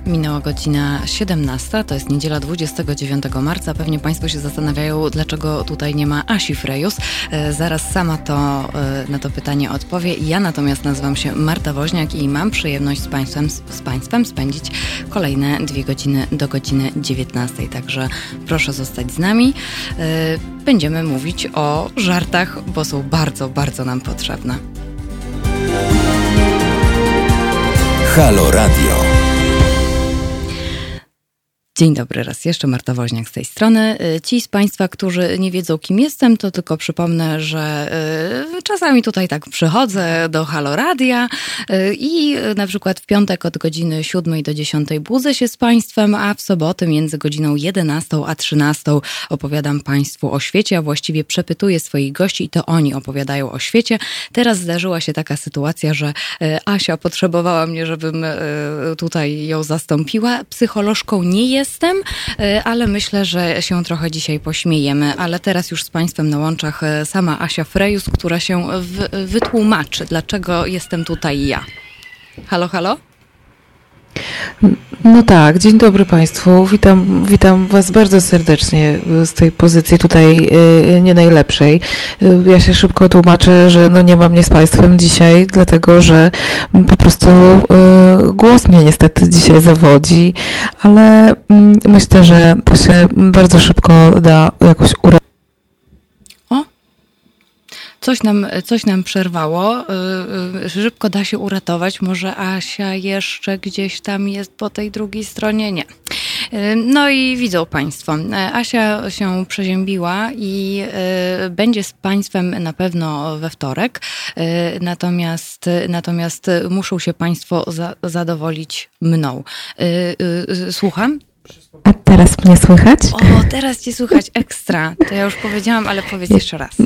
Minęła godzina 17, to jest niedziela 29 marca. Pewnie Państwo się zastanawiają, dlaczego tutaj nie ma Asi Frejus. Zaraz sama na to pytanie odpowie. Ja natomiast nazywam się Marta Woźniak i mam przyjemność z Państwem spędzić kolejne 2 godziny do godziny 19. Także proszę zostać z nami. Będziemy mówić o żartach, bo są bardzo, bardzo nam potrzebne. Halo Radio. Dzień dobry raz jeszcze, Marta Woźniak z tej strony. Ci z Państwa, którzy nie wiedzą, kim jestem, to tylko przypomnę, że czasami tutaj tak przychodzę do Halo Radia i na przykład w piątek od godziny 7 do 10 budzę się z Państwem, a w sobotę między godziną 11 a 13 opowiadam Państwu o świecie, a właściwie przepytuję swoich gości i to oni opowiadają o świecie. Teraz zdarzyła się taka sytuacja, że Asia potrzebowała mnie, żebym tutaj ją zastąpiła. Psycholożką nie jestem, ale myślę, że się trochę dzisiaj pośmiejemy. Ale teraz już z Państwem na łączach sama Asia Frejus, która się wytłumaczy, dlaczego jestem tutaj ja. Halo, halo? No tak, dzień dobry Państwu. Witam Was bardzo serdecznie z tej pozycji tutaj nie najlepszej. Ja się szybko tłumaczę, że nie mam mnie z Państwem dzisiaj, dlatego że po prostu głos mnie niestety dzisiaj zawodzi, ale myślę, że to się bardzo szybko da jakoś uratować. Coś nam przerwało. Szybko da się uratować. Może Asia jeszcze gdzieś tam jest po tej drugiej stronie? Nie. No i widzą Państwo, Asia się przeziębiła i będzie z Państwem na pewno we wtorek. Natomiast muszą się Państwo zadowolić mną. Słucham? A teraz mnie słychać? O, teraz Cię słychać, ekstra. To ja już powiedziałam, ale powiedz jeszcze raz.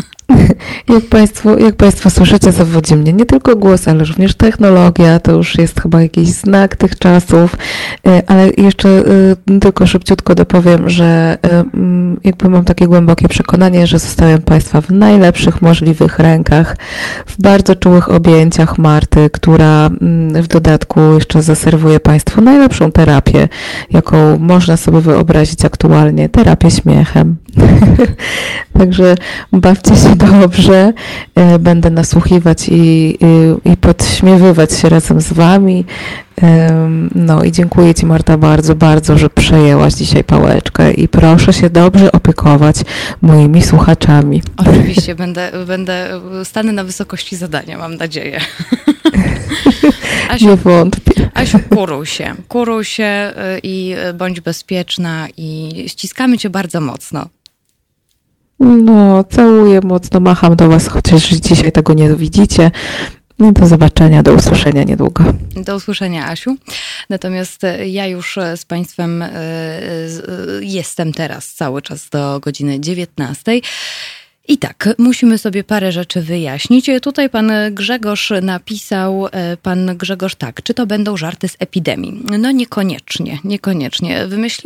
Jak Państwo słyszycie, zawodzi mnie nie tylko głos, ale również technologia. To już jest chyba jakiś znak tych czasów. Ale jeszcze tylko szybciutko dopowiem, że jakby mam takie głębokie przekonanie, że zostawiam Państwa w najlepszych możliwych rękach, w bardzo czułych objęciach Marty, która w dodatku jeszcze zaserwuje Państwu najlepszą terapię, jaką można sobie wyobrazić aktualnie. Terapię śmiechem. Także bawcie się dobrze, będę nasłuchiwać i podśmiewywać się razem z Wami. No i dziękuję Ci, Marta, bardzo, bardzo, że przejęłaś dzisiaj pałeczkę i proszę się dobrze opiekować moimi słuchaczami. Oczywiście, stanę na wysokości zadania, mam nadzieję. Asiu, nie wątpię. Asiu, kuruj się i bądź bezpieczna i ściskamy Cię bardzo mocno. No, całuję mocno, macham do Was, chociaż dzisiaj tego nie widzicie. Do zobaczenia, do usłyszenia niedługo. Do usłyszenia, Asiu. Natomiast ja już z Państwem jestem teraz cały czas do godziny 19. I tak, musimy sobie parę rzeczy wyjaśnić. Tutaj pan Grzegorz napisał, tak, czy to będą żarty z epidemii? No niekoniecznie.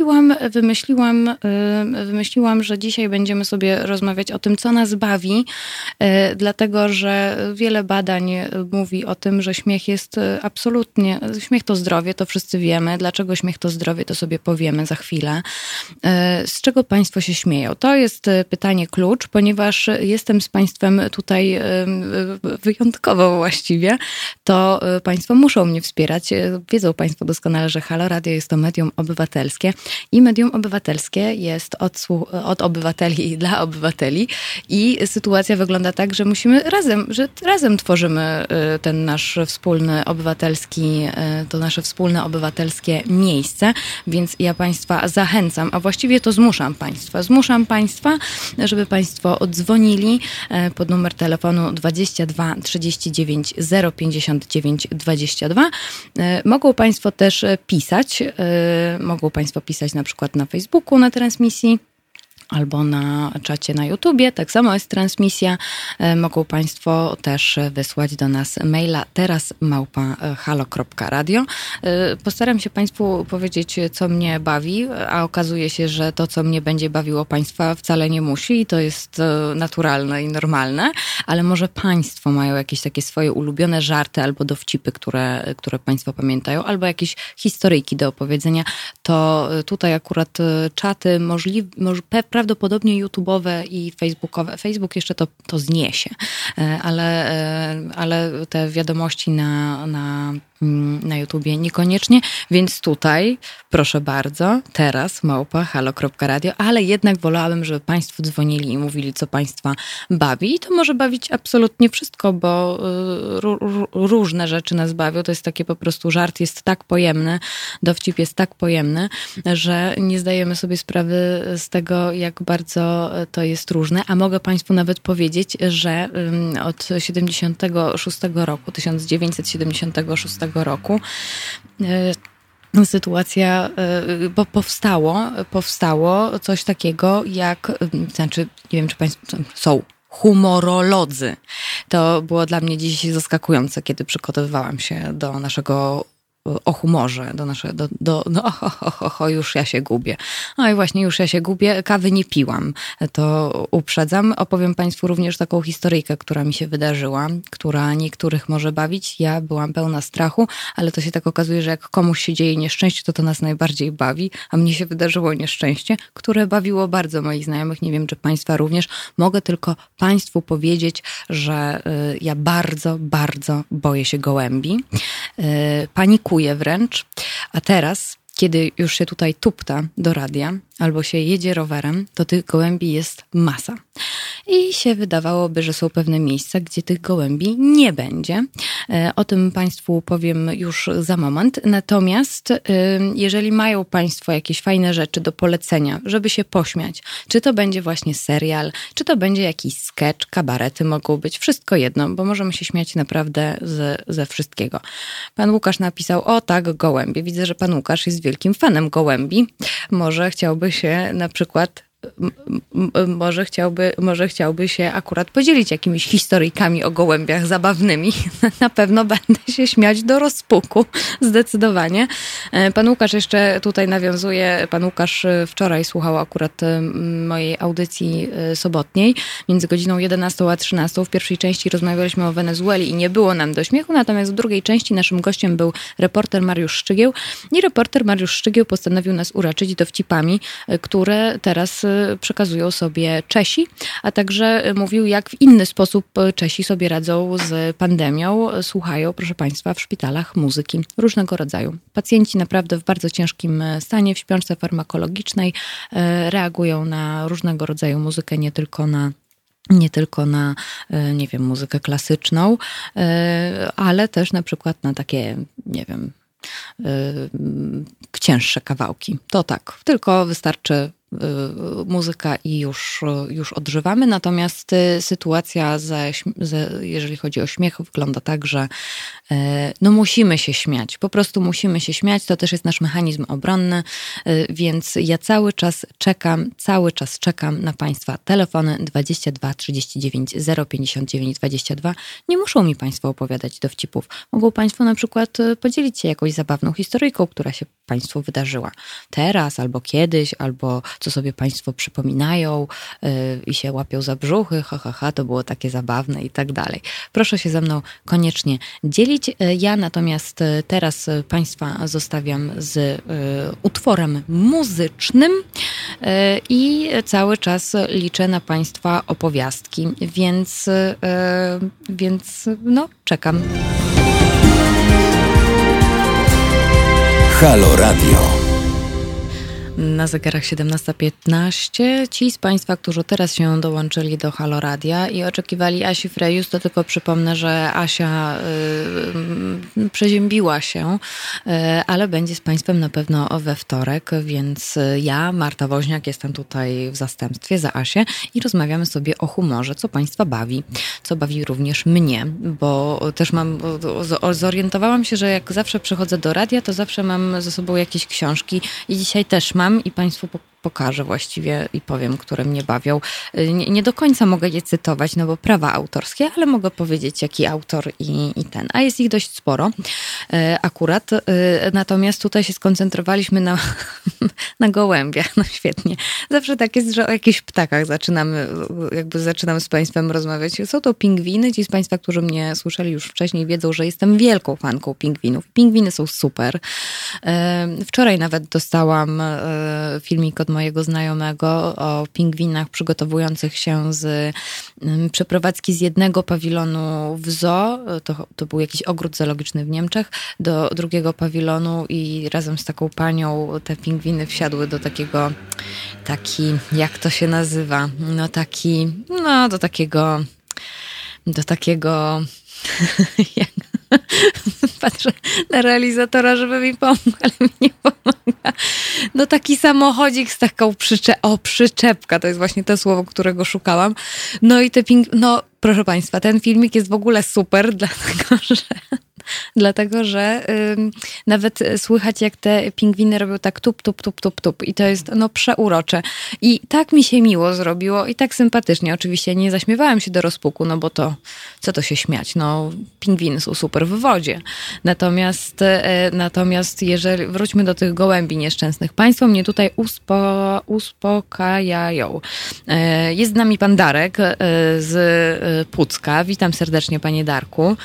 Wymyśliłam, że dzisiaj będziemy sobie rozmawiać o tym, co nas bawi, dlatego, że wiele badań mówi o tym, że śmiech jest śmiech to zdrowie, to wszyscy wiemy. Dlaczego śmiech to zdrowie, to sobie powiemy za chwilę. Z czego Państwo się śmieją? To jest pytanie klucz, ponieważ jestem z Państwem tutaj wyjątkowo właściwie, to Państwo muszą mnie wspierać. Wiedzą Państwo doskonale, że Halo Radio jest to medium obywatelskie i medium obywatelskie jest od obywateli i dla obywateli i sytuacja wygląda tak, że razem tworzymy ten nasz wspólny to nasze wspólne obywatelskie miejsce, więc ja Państwa zachęcam, a właściwie to zmuszam Państwa, żeby Państwo dzwonili pod numer telefonu 22 39 059 22. Mogą Państwo też pisać. Mogą Państwo pisać na przykład na Facebooku na transmisji. albo na czacie na YouTubie. Tak samo jest transmisja. Mogą Państwo też wysłać do nas maila teraz@halo.radio. Postaram się Państwu powiedzieć, co mnie bawi, a okazuje się, że to, co mnie będzie bawiło Państwa, wcale nie musi i to jest naturalne i normalne, ale może Państwo mają jakieś takie swoje ulubione żarty albo dowcipy, które Państwo pamiętają, albo jakieś historyjki do opowiedzenia, to tutaj akurat czaty prawdopodobnie YouTube'owe i Facebookowe. Facebook jeszcze to zniesie, ale te wiadomości na YouTubie niekoniecznie, więc tutaj proszę bardzo, teraz @halo.radio, ale jednak wolałabym, żeby Państwo dzwonili i mówili, co Państwa bawi. I to może bawić absolutnie wszystko, bo różne rzeczy nas bawią. To jest takie po prostu, żart jest tak pojemny, dowcip jest tak pojemny, że nie zdajemy sobie sprawy z tego, jak bardzo to jest różne. A mogę Państwu nawet powiedzieć, że od 1976 roku sytuacja, bo powstało coś takiego jak, znaczy nie wiem, czy Państwo są humorolodzy. To było dla mnie dziś zaskakujące, kiedy przygotowywałam się do naszego o humorze, już ja się gubię. No i właśnie, już ja się gubię. Kawy nie piłam, to uprzedzam. Opowiem Państwu również taką historyjkę, która mi się wydarzyła, która niektórych może bawić. Ja byłam pełna strachu, ale to się tak okazuje, że jak komuś się dzieje nieszczęście, to nas najbardziej bawi, a mnie się wydarzyło nieszczęście, które bawiło bardzo moich znajomych. Nie wiem, czy Państwa również. Mogę tylko Państwu powiedzieć, że ja bardzo, bardzo boję się gołębi. Panikuję wręcz, a teraz, kiedy już się tutaj tupta do radia albo się jedzie rowerem, to tych gołębi jest masa. I się wydawałoby, że są pewne miejsca, gdzie tych gołębi nie będzie. O tym Państwu powiem już za moment. Natomiast jeżeli mają Państwo jakieś fajne rzeczy do polecenia, żeby się pośmiać, czy to będzie właśnie serial, czy to będzie jakiś sketch, kabarety mogą być, wszystko jedno, bo możemy się śmiać naprawdę ze wszystkiego. Pan Łukasz napisał, o tak, gołębie. Widzę, że Pan Łukasz jest wielkim fanem gołębi. Może chciałby się na przykład może chciałby się akurat podzielić jakimiś historyjkami o gołębiach zabawnymi. Na pewno będę się śmiać do rozpuku, zdecydowanie. Pan Łukasz jeszcze tutaj nawiązuje. Pan Łukasz wczoraj słuchał akurat mojej audycji sobotniej między godziną 11 a 13. W pierwszej części rozmawialiśmy o Wenezueli i nie było nam do śmiechu, natomiast w drugiej części naszym gościem był reporter Mariusz Szczygieł i reporter Mariusz Szczygieł postanowił nas uraczyć dowcipami, które teraz przekazują sobie Czesi, a także mówił, jak w inny sposób Czesi sobie radzą z pandemią. Słuchają, proszę Państwa, w szpitalach muzyki różnego rodzaju. Pacjenci naprawdę w bardzo ciężkim stanie, w śpiączce farmakologicznej, reagują na różnego rodzaju muzykę, nie tylko na, nie wiem, muzykę klasyczną, ale też na przykład na takie, nie wiem, cięższe kawałki. To tak, tylko wystarczy muzyka i już odżywamy. Natomiast sytuacja, jeżeli chodzi o śmiech, wygląda tak, że musimy się śmiać. Po prostu musimy się śmiać. To też jest nasz mechanizm obronny, więc ja cały czas czekam na Państwa telefony 22 39 059 22. Nie muszą mi Państwo opowiadać dowcipów. Mogą Państwo na przykład podzielić się jakąś zabawną historyjką, która się Państwu wydarzyła teraz, albo kiedyś, albo co sobie Państwo przypominają i się łapią za brzuchy, to było takie zabawne i tak dalej. Proszę się ze mną koniecznie dzielić. Ja natomiast teraz Państwa zostawiam z utworem muzycznym i cały czas liczę na Państwa opowiastki, więc czekam. Halo Radio. Na zegarach 17:15. Ci z Państwa, którzy teraz się dołączyli do Halo Radia i oczekiwali Asi Frejus, to tylko przypomnę, że Asia przeziębiła się, ale będzie z Państwem na pewno we wtorek, więc ja, Marta Woźniak, jestem tutaj w zastępstwie za Asię i rozmawiamy sobie o humorze, co Państwa bawi, co bawi również mnie, bo też zorientowałam się, że jak zawsze przychodzę do radia, to zawsze mam ze sobą jakieś książki i dzisiaj też mam i Państwu pokażę właściwie i powiem, które mnie bawią. Nie do końca mogę je cytować, no bo prawa autorskie, ale mogę powiedzieć, jaki autor i ten. A jest ich dość sporo akurat. Natomiast tutaj się skoncentrowaliśmy na gołębiach. No świetnie. Zawsze tak jest, że o jakichś ptakach zaczynamy z Państwem rozmawiać. Są to pingwiny. Ci z Państwa, którzy mnie słyszeli już wcześniej, wiedzą, że jestem wielką fanką pingwinów. Pingwiny są super. Wczoraj nawet dostałam filmik od mojego znajomego o pingwinach przygotowujących się z przeprowadzki z jednego pawilonu w zoo. To był jakiś ogród zoologiczny w Niemczech, do drugiego pawilonu i razem z taką panią te pingwiny wsiadły do takiego, jak to się nazywa? Do takiego patrzę na realizatora, żeby mi pomógł, ale mi nie pomaga. No taki samochodzik z taką przyczepka, to jest właśnie to słowo, którego szukałam. No i proszę Państwa, ten filmik jest w ogóle super, dlatego że nawet słychać, jak te pingwiny robią tak tup, tup, tup, tup, tup. I to jest przeurocze. I tak mi się miło zrobiło i tak sympatycznie. Oczywiście nie zaśmiewałam się do rozpuku, no bo to, co to się śmiać? No, pingwiny są super w wodzie. Natomiast jeżeli wróćmy do tych gołębi nieszczęsnych. Państwo mnie tutaj uspokajają. Jest z nami pan Darek z Pucka. Witam serdecznie, panie Darku.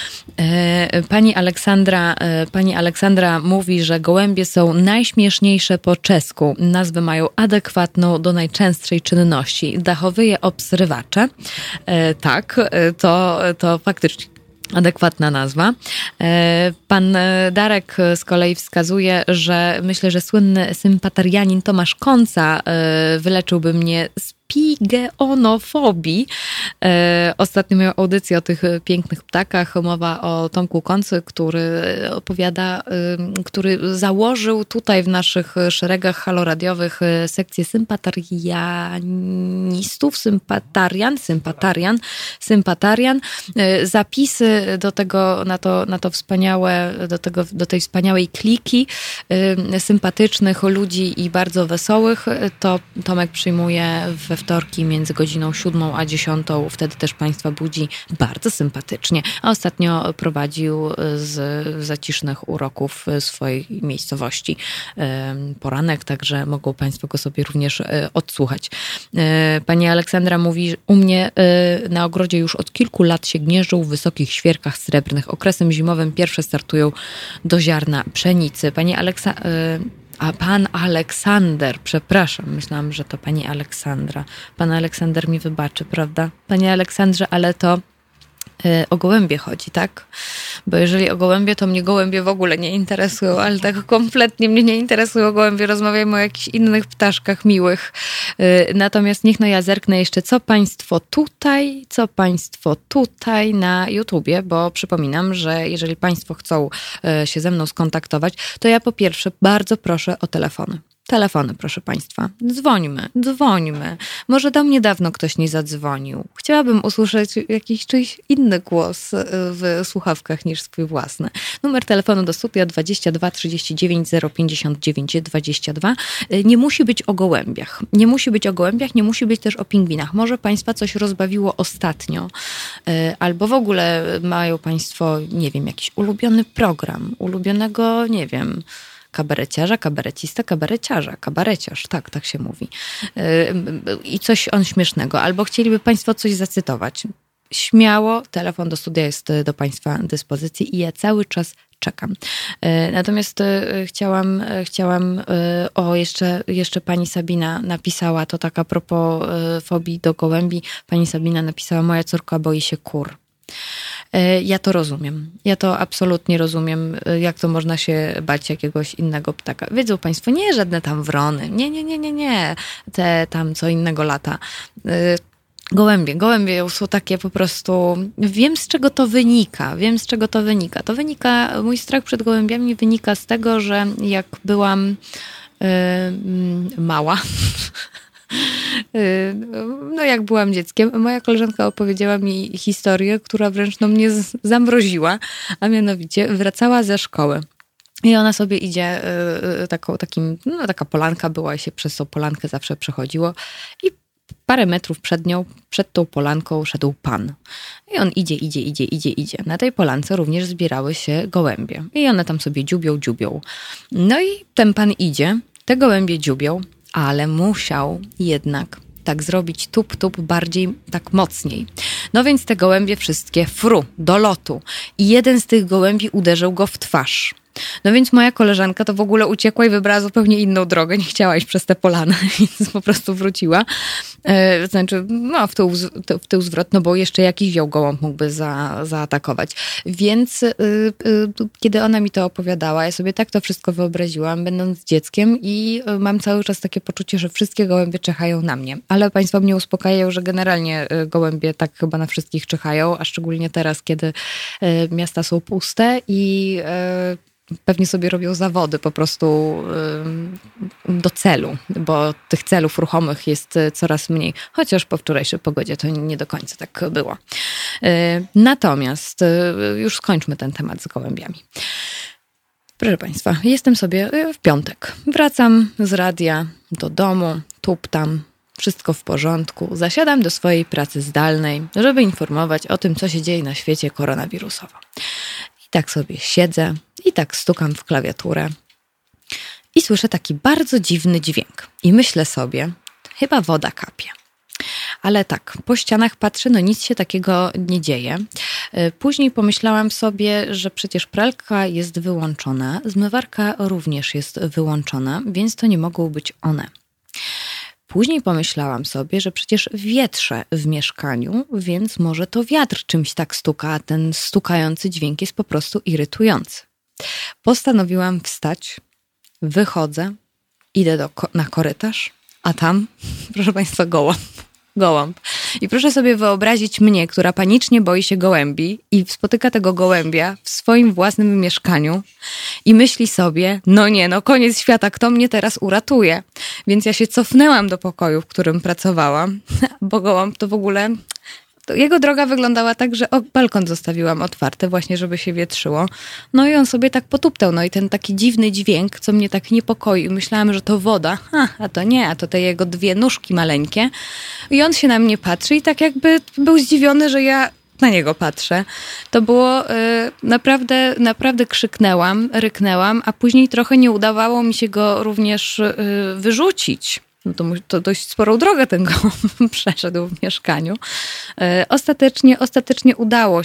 Pani Aleksandra mówi, że gołębie są najśmieszniejsze po czesku. Nazwy mają adekwatną do najczęstszej czynności. Dachowyje obsrywacze. Tak, to faktycznie adekwatna nazwa. Pan Darek z kolei wskazuje, że myślę, że słynny sympatarianin Tomasz Konca wyleczyłby mnie z pigeonofobii. Ostatnio miał audycję o tych pięknych ptakach. Mowa o Tomku Koncy, który założył tutaj w naszych szeregach haloradiowych sekcję sympatarianistów, sympatarian. Zapisy do tej wspaniałej kliki sympatycznych ludzi i bardzo wesołych, to Tomek przyjmuje we wtorki między godziną 7 a 10. Wtedy też Państwa budzi bardzo sympatycznie. A ostatnio prowadził z zacisznych uroków swojej miejscowości poranek, także mogą Państwo go sobie również odsłuchać. Pani Aleksandra mówi, u mnie na ogrodzie już od kilku lat się gnieżdżą w wysokich świerkach srebrnych. Okresem zimowym pierwsze startują do ziarna pszenicy. Pan Aleksander, przepraszam, myślałam, że to pani Aleksandra. Pan Aleksander mi wybaczy, prawda? Panie Aleksandrze, ale to o gołębie chodzi, tak? Bo jeżeli o gołębie, to mnie gołębie w ogóle nie interesują, ale tak kompletnie mnie nie interesują gołębie. Rozmawiajmy o jakichś innych ptaszkach miłych. Natomiast niech ja zerknę jeszcze, co państwo tutaj na YouTubie, bo przypominam, że jeżeli państwo chcą się ze mną skontaktować, to ja po pierwsze bardzo proszę o telefony. Telefony, proszę Państwa. Dzwońmy. Może do mnie dawno ktoś nie zadzwonił. Chciałabym usłyszeć jakiś czyjś inny głos w słuchawkach niż swój własny. Numer telefonu do studia 22 39 059 22. Nie musi być o gołębiach. Nie musi być też o pingwinach. Może Państwa coś rozbawiło ostatnio. Albo w ogóle mają Państwo, nie wiem, jakiś ulubiony program. Ulubionego, nie wiem, kabareciarza, kabarecista, kabareciarz, tak się mówi. I coś śmiesznego. Albo chcieliby Państwo coś zacytować. Śmiało, telefon do studia jest do Państwa dyspozycji i ja cały czas czekam. Natomiast chciałam jeszcze pani Sabina napisała, to tak a propos fobii do gołębi, pani Sabina napisała, moja córka boi się kur. Ja to rozumiem. Ja to absolutnie rozumiem, jak to można się bać jakiegoś innego ptaka. Wiedzą Państwo, nie żadne tam wrony. Nie. Te tam co innego lata. Gołębie są takie po prostu... Wiem, z czego to wynika. Mój strach przed gołębiami wynika z tego, że jak byłam mała... No jak byłam dzieckiem, moja koleżanka opowiedziała mi historię, która wręcz mnie zamroziła, a mianowicie wracała ze szkoły. I ona sobie idzie taka polanka była i się przez tą polankę zawsze przechodziło i parę metrów przed tą polanką szedł pan. I on idzie. Na tej polance również zbierały się gołębie. I one tam sobie dziubią. No i ten pan idzie, te gołębie dziubią, ale musiał jednak tak zrobić tup, bardziej tak mocniej. No więc te gołębie wszystkie do lotu. I jeden z tych gołębi uderzył go w twarz. No więc moja koleżanka to w ogóle uciekła i wybrała zupełnie inną drogę. Nie chciała iść przez tę polanę, więc po prostu wróciła. W tył zwrot, no bo jeszcze jakiś gołąb mógłby zaatakować. Więc kiedy ona mi to opowiadała, ja sobie tak to wszystko wyobraziłam, będąc dzieckiem i mam cały czas takie poczucie, że wszystkie gołębie czyhają na mnie. Ale państwo mnie uspokajają, że generalnie gołębie tak chyba na wszystkich czyhają, a szczególnie teraz, kiedy miasta są puste i pewnie sobie robią zawody po prostu do celu, bo tych celów ruchomych jest coraz mniej. Chociaż po wczorajszej pogodzie to nie do końca tak było. Natomiast już skończmy ten temat z gołębiami. Proszę Państwa, jestem sobie w piątek. Wracam z radia do domu, tuptam, wszystko w porządku. Zasiadam do swojej pracy zdalnej, żeby informować o tym, co się dzieje na świecie koronawirusowo. I tak sobie siedzę i tak stukam w klawiaturę i słyszę taki bardzo dziwny dźwięk. I myślę sobie, chyba woda kapie. Ale tak, po ścianach patrzę, no nic się takiego nie dzieje. Później pomyślałam sobie, że przecież pralka jest wyłączona, zmywarka również jest wyłączona, więc to nie mogą być one. Później pomyślałam sobie, że przecież wietrze w mieszkaniu, więc może to wiatr czymś tak stuka, a ten stukający dźwięk jest po prostu irytujący. Postanowiłam wstać, wychodzę, idę na korytarz, a tam, proszę Państwa, gołąb. I proszę sobie wyobrazić mnie, która panicznie boi się gołębi i spotyka tego gołębia w swoim własnym mieszkaniu i myśli sobie, koniec świata, kto mnie teraz uratuje? Więc ja się cofnęłam do pokoju, w którym pracowałam, bo gołąb to w ogóle... Jego droga wyglądała tak, że balkon zostawiłam otwarty właśnie, żeby się wietrzyło. No i on sobie tak potuptał. No i ten taki dziwny dźwięk, co mnie tak niepokoi. Myślałam, że to woda, a to nie, a to te jego dwie nóżki maleńkie. I on się na mnie patrzy i tak jakby był zdziwiony, że ja na niego patrzę. To było naprawdę ryknęłam, a później trochę nie udawało mi się go również wyrzucić. No to dość sporą drogę ten gołąb przeszedł w mieszkaniu. Ostatecznie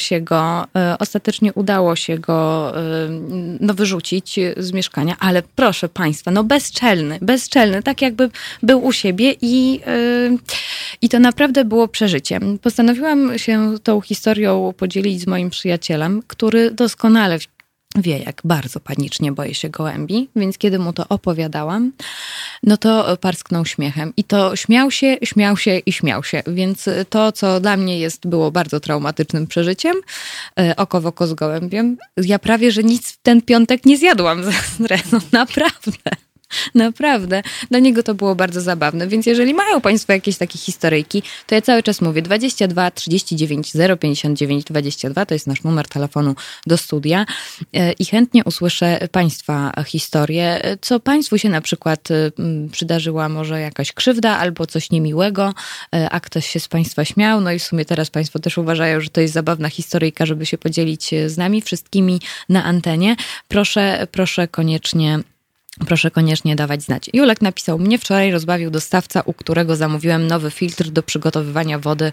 udało się go wyrzucić z mieszkania, ale proszę Państwa, bezczelny, tak jakby był u siebie i to naprawdę było przeżycie. Postanowiłam się tą historią podzielić z moim przyjacielem, który doskonale wie, jak bardzo panicznie boję się gołębi, więc kiedy mu to opowiadałam, no to parsknął śmiechem. I to śmiał się, więc to, co dla mnie było bardzo traumatycznym przeżyciem, oko w oko z gołębiem, ja prawie, że nic w ten piątek nie zjadłam ze stresu, Naprawdę. Dla niego to było bardzo zabawne, więc jeżeli mają Państwo jakieś takie historyjki, to ja cały czas mówię 22 39 059 22, to jest nasz numer telefonu do studia i chętnie usłyszę Państwa historię, co Państwu się na przykład przydarzyła, może jakaś krzywda albo coś niemiłego, a ktoś się z Państwa śmiał, no i w sumie teraz Państwo też uważają, że to jest zabawna historyjka, żeby się podzielić z nami wszystkimi na antenie. Proszę koniecznie dawać znać. Julek napisał, mnie wczoraj rozbawił dostawca, u którego zamówiłem nowy filtr do przygotowywania wody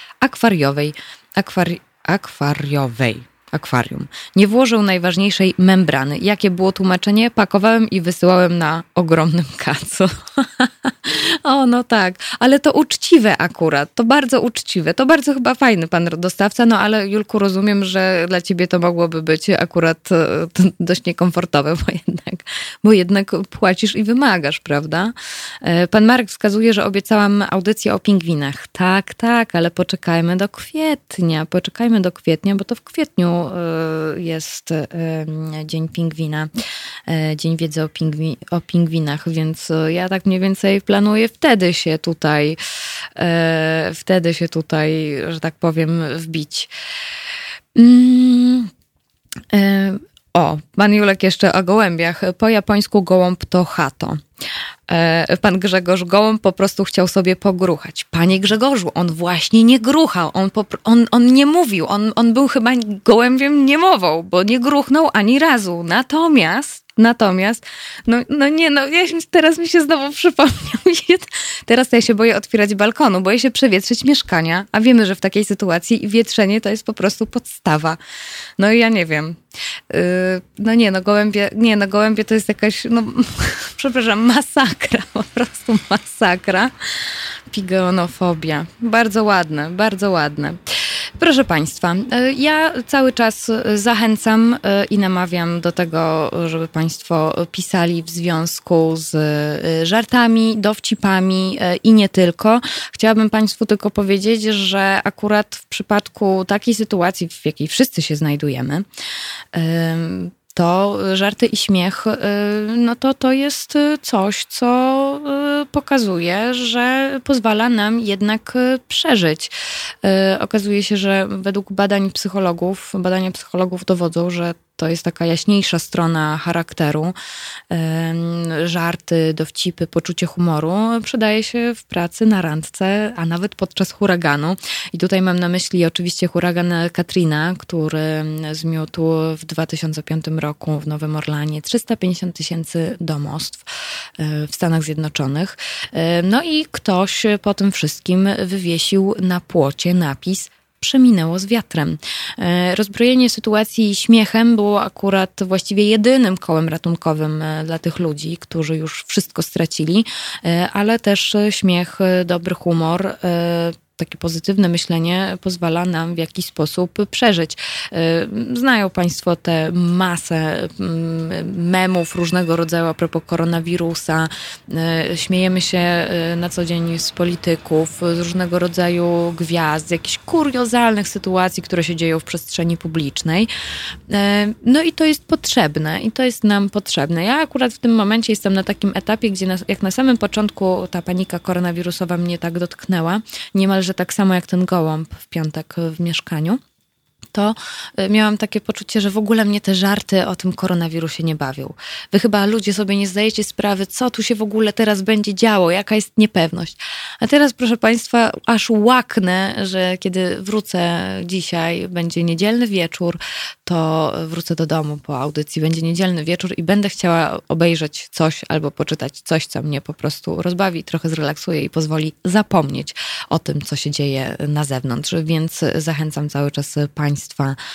akwarium. Nie włożył najważniejszej membrany. Jakie było tłumaczenie? Pakowałem i wysyłałem na ogromnym kacu. O, no tak. Ale to uczciwe akurat. To bardzo uczciwe. To bardzo chyba fajny pan dostawca, no ale Julku, rozumiem, że dla ciebie to mogłoby być akurat dość niekomfortowe, bo jednak płacisz i wymagasz, prawda? Pan Marek wskazuje, że obiecałam audycję o pingwinach. Tak, ale poczekajmy do kwietnia, bo to w kwietniu jest Dzień Pingwina, Dzień Wiedzy o Pingwinach, więc ja tak mniej więcej planuję wtedy się tutaj, że tak powiem, wbić. O, pan Julek jeszcze o gołębiach. Po japońsku gołąb to hato. Pan Grzegorz, gołąb po prostu chciał sobie pogruchać. Panie Grzegorzu, on właśnie nie gruchał, on nie mówił, on był chyba gołębiem niemową, bo nie gruchnął ani razu. Natomiast, teraz mi się znowu przypomniał. Teraz to ja się boję otwierać balkonu, boję się przewietrzyć mieszkania, a wiemy, że w takiej sytuacji wietrzenie to jest po prostu podstawa. No i ja nie wiem. Gołębie to jest jakaś, przepraszam, masakra, po prostu masakra. Pigeonofobia. Bardzo ładne, bardzo ładne. Proszę Państwa, ja cały czas zachęcam i namawiam do tego, żeby Państwo pisali w związku z żartami, dowcipami i nie tylko. Chciałabym Państwu tylko powiedzieć, że akurat w przypadku takiej sytuacji, w jakiej wszyscy się znajdujemy, to żarty i śmiech, to jest coś, co pokazuje, że pozwala nam jednak przeżyć. Okazuje się, że według badania psychologów dowodzą, że to jest taka jaśniejsza strona charakteru. Żarty, dowcipy, poczucie humoru przydaje się w pracy, na randce, a nawet podczas huraganu. I tutaj mam na myśli oczywiście huragan Katrina, który zmiótł w 2005 roku w Nowym Orleanie 350 000 domostw w Stanach Zjednoczonych. No i ktoś po tym wszystkim wywiesił na płocie napis "Przeminęło z wiatrem". Rozbrojenie sytuacji śmiechem było akurat właściwie jedynym kołem ratunkowym dla tych ludzi, którzy już wszystko stracili, ale też śmiech, dobry humor, takie pozytywne myślenie pozwala nam w jakiś sposób przeżyć. Znają Państwo tę masę memów różnego rodzaju a propos koronawirusa. Śmiejemy się na co dzień z polityków, z różnego rodzaju gwiazd, z jakichś kuriozalnych sytuacji, które się dzieją w przestrzeni publicznej. No i to jest potrzebne i to jest nam potrzebne. Ja akurat w tym momencie jestem na takim etapie, gdzie jak na samym początku ta panika koronawirusowa mnie tak dotknęła, niemalże tak samo jak ten gołąb w piątek w mieszkaniu, to miałam takie poczucie, że w ogóle mnie te żarty o tym koronawirusie nie bawią. Wy chyba ludzie sobie nie zdajecie sprawy, co tu się w ogóle teraz będzie działo, jaka jest niepewność. A teraz, proszę Państwa, aż łaknę, że kiedy wrócę dzisiaj, będzie niedzielny wieczór, to wrócę do domu po audycji, będzie niedzielny wieczór i będę chciała obejrzeć coś albo poczytać coś, co mnie po prostu rozbawi, trochę zrelaksuje i pozwoli zapomnieć o tym, co się dzieje na zewnątrz. Więc zachęcam cały czas Państwa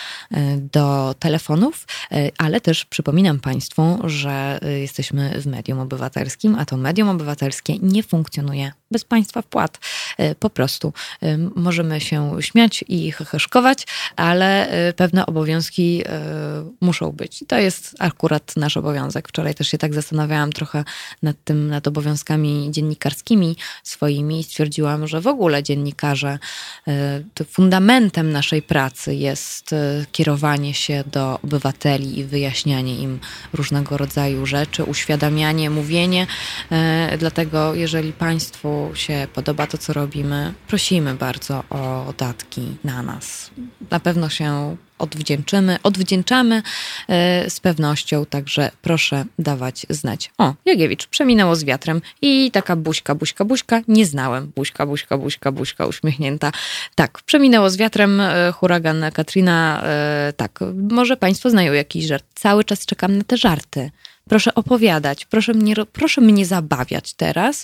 do telefonów, ale też przypominam Państwu, że jesteśmy w medium obywatelskim, a to medium obywatelskie nie funkcjonuje bez Państwa wpłat. Po prostu możemy się śmiać i heheszkować, ale pewne obowiązki muszą być. I to jest akurat nasz obowiązek. Wczoraj też się tak zastanawiałam trochę nad obowiązkami dziennikarskimi swoimi i stwierdziłam, że w ogóle dziennikarze, to fundamentem naszej pracy jest kierowanie się do obywateli i wyjaśnianie im różnego rodzaju rzeczy, uświadamianie, mówienie. Dlatego jeżeli Państwu się podoba to, co robimy, prosimy bardzo o datki na nas. Na pewno się odwdzięczamy z pewnością, także proszę dawać znać. O, Jagiewicz, przeminęło z wiatrem i taka buźka, nie znałem. Buźka, uśmiechnięta. Tak, przeminęło z wiatrem, huragan Katrina, tak, może Państwo znają jakiś żart. Cały czas czekam na te żarty. Proszę opowiadać, proszę mnie zabawiać teraz.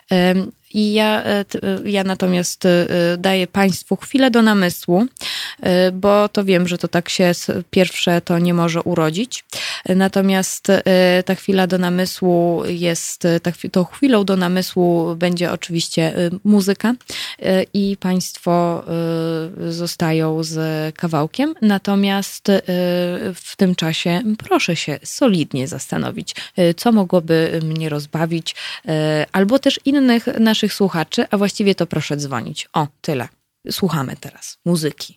I ja natomiast daję Państwu chwilę do namysłu, bo to wiem, że to tak się pierwsze to nie może urodzić. Natomiast ta chwila do namysłu jest, tą chwilą do namysłu będzie oczywiście muzyka i Państwo zostają z kawałkiem. Natomiast w tym czasie proszę się solidnie zastanowić, co mogłoby mnie rozbawić, albo też innych naszych słuchaczy, a właściwie to proszę dzwonić. O, tyle. Słuchamy teraz muzyki.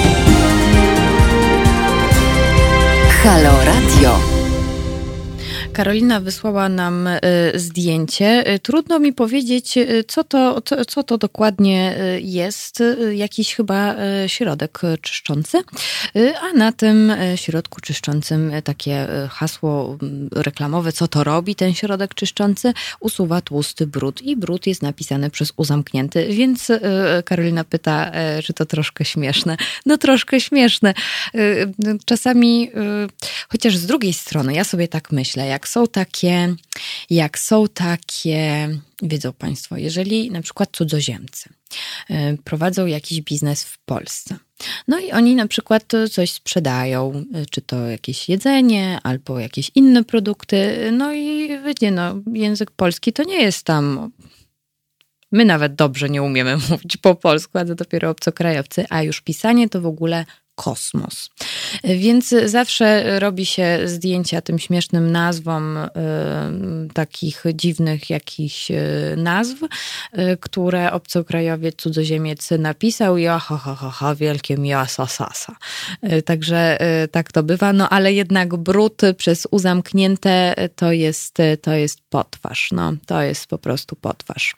Halo Radio. Karolina wysłała nam zdjęcie. Trudno mi powiedzieć, co to dokładnie jest. Jakiś chyba środek czyszczący. A na tym środku czyszczącym takie hasło reklamowe, co to robi ten środek czyszczący? Usuwa tłusty brud i brud jest napisany przez U zamknięty, więc Karolina pyta, czy to troszkę śmieszne. No troszkę śmieszne. Czasami, chociaż z drugiej strony, ja sobie tak myślę, jak są takie, wiedzą Państwo, jeżeli na przykład cudzoziemcy prowadzą jakiś biznes w Polsce, no i oni na przykład coś sprzedają, czy to jakieś jedzenie, albo jakieś inne produkty, no i wiecie, język polski to nie jest tam... My nawet dobrze nie umiemy mówić po polsku, a to dopiero obcokrajowcy, a już pisanie to w ogóle kosmos. Więc zawsze robi się zdjęcia tym śmiesznym nazwom takich dziwnych jakichś nazw, które obcokrajowiec, cudzoziemiec napisał i wielkie miasa sasa. Także tak to bywa, ale jednak brud przez U zamknięte to jest potwarz. To jest po prostu potwarz.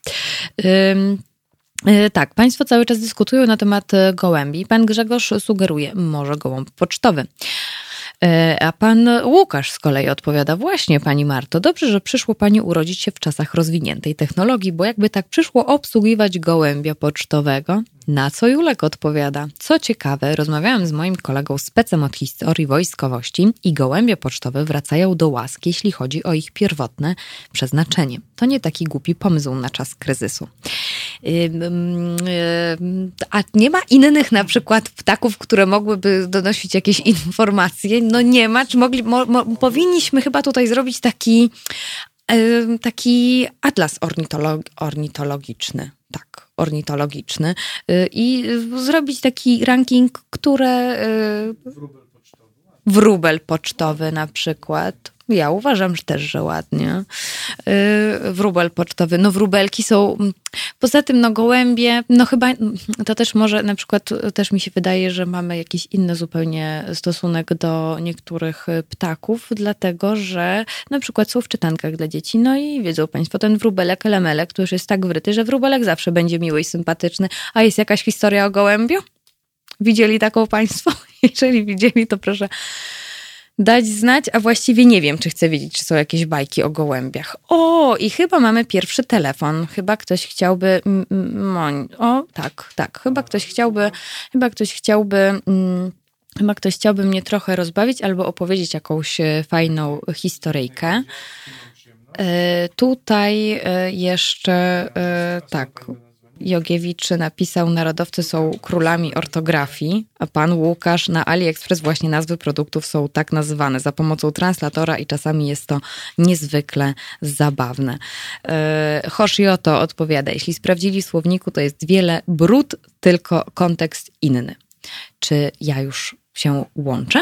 Tak, Państwo cały czas dyskutują na temat gołębi. Pan Grzegorz sugeruje, może gołąb pocztowy. A pan Łukasz z kolei odpowiada, właśnie Pani Marto, dobrze, że przyszło Pani urodzić się w czasach rozwiniętej technologii, bo jakby tak przyszło obsługiwać gołębia pocztowego, na co Julek odpowiada, co ciekawe, rozmawiałem z moim kolegą specem od historii wojskowości i gołębie pocztowe wracają do łask, jeśli chodzi o ich pierwotne przeznaczenie. To nie taki głupi pomysł na czas kryzysu. A nie ma innych na przykład ptaków, które mogłyby donosić jakieś informacje? No nie ma. Czy powinniśmy chyba tutaj zrobić taki atlas ornitologiczny. Tak, ornitologiczny. I zrobić taki ranking, które... Wróbel pocztowy na przykład. Ja uważam, że też, że ładnie. Wróbel pocztowy. Wróbelki są... Poza tym, gołębie, chyba to też może na przykład, też mi się wydaje, że mamy jakiś inny zupełnie stosunek do niektórych ptaków, dlatego, że na przykład są w czytankach dla dzieci. No i wiedzą Państwo, ten wróbelek, lemelek, który już jest tak wryty, że wróbelek zawsze będzie miły i sympatyczny. A jest jakaś historia o gołębiu? Widzieli taką Państwo? Jeżeli widzieli, to proszę dać znać, a właściwie nie wiem, czy chcę wiedzieć, czy są jakieś bajki o gołębiach. I chyba mamy pierwszy telefon. Chyba ktoś chciałby... tak. Chyba ktoś chciałby mnie trochę rozbawić albo opowiedzieć jakąś fajną historyjkę. Tutaj jeszcze tak... Jogiewicz napisał, narodowcy są królami ortografii, a pan Łukasz na AliExpress właśnie nazwy produktów są tak nazywane za pomocą translatora i czasami jest to niezwykle zabawne. Hoshioto odpowiada, jeśli sprawdzili w słowniku, to jest wiele brud, tylko kontekst inny. Czy ja już się łączę?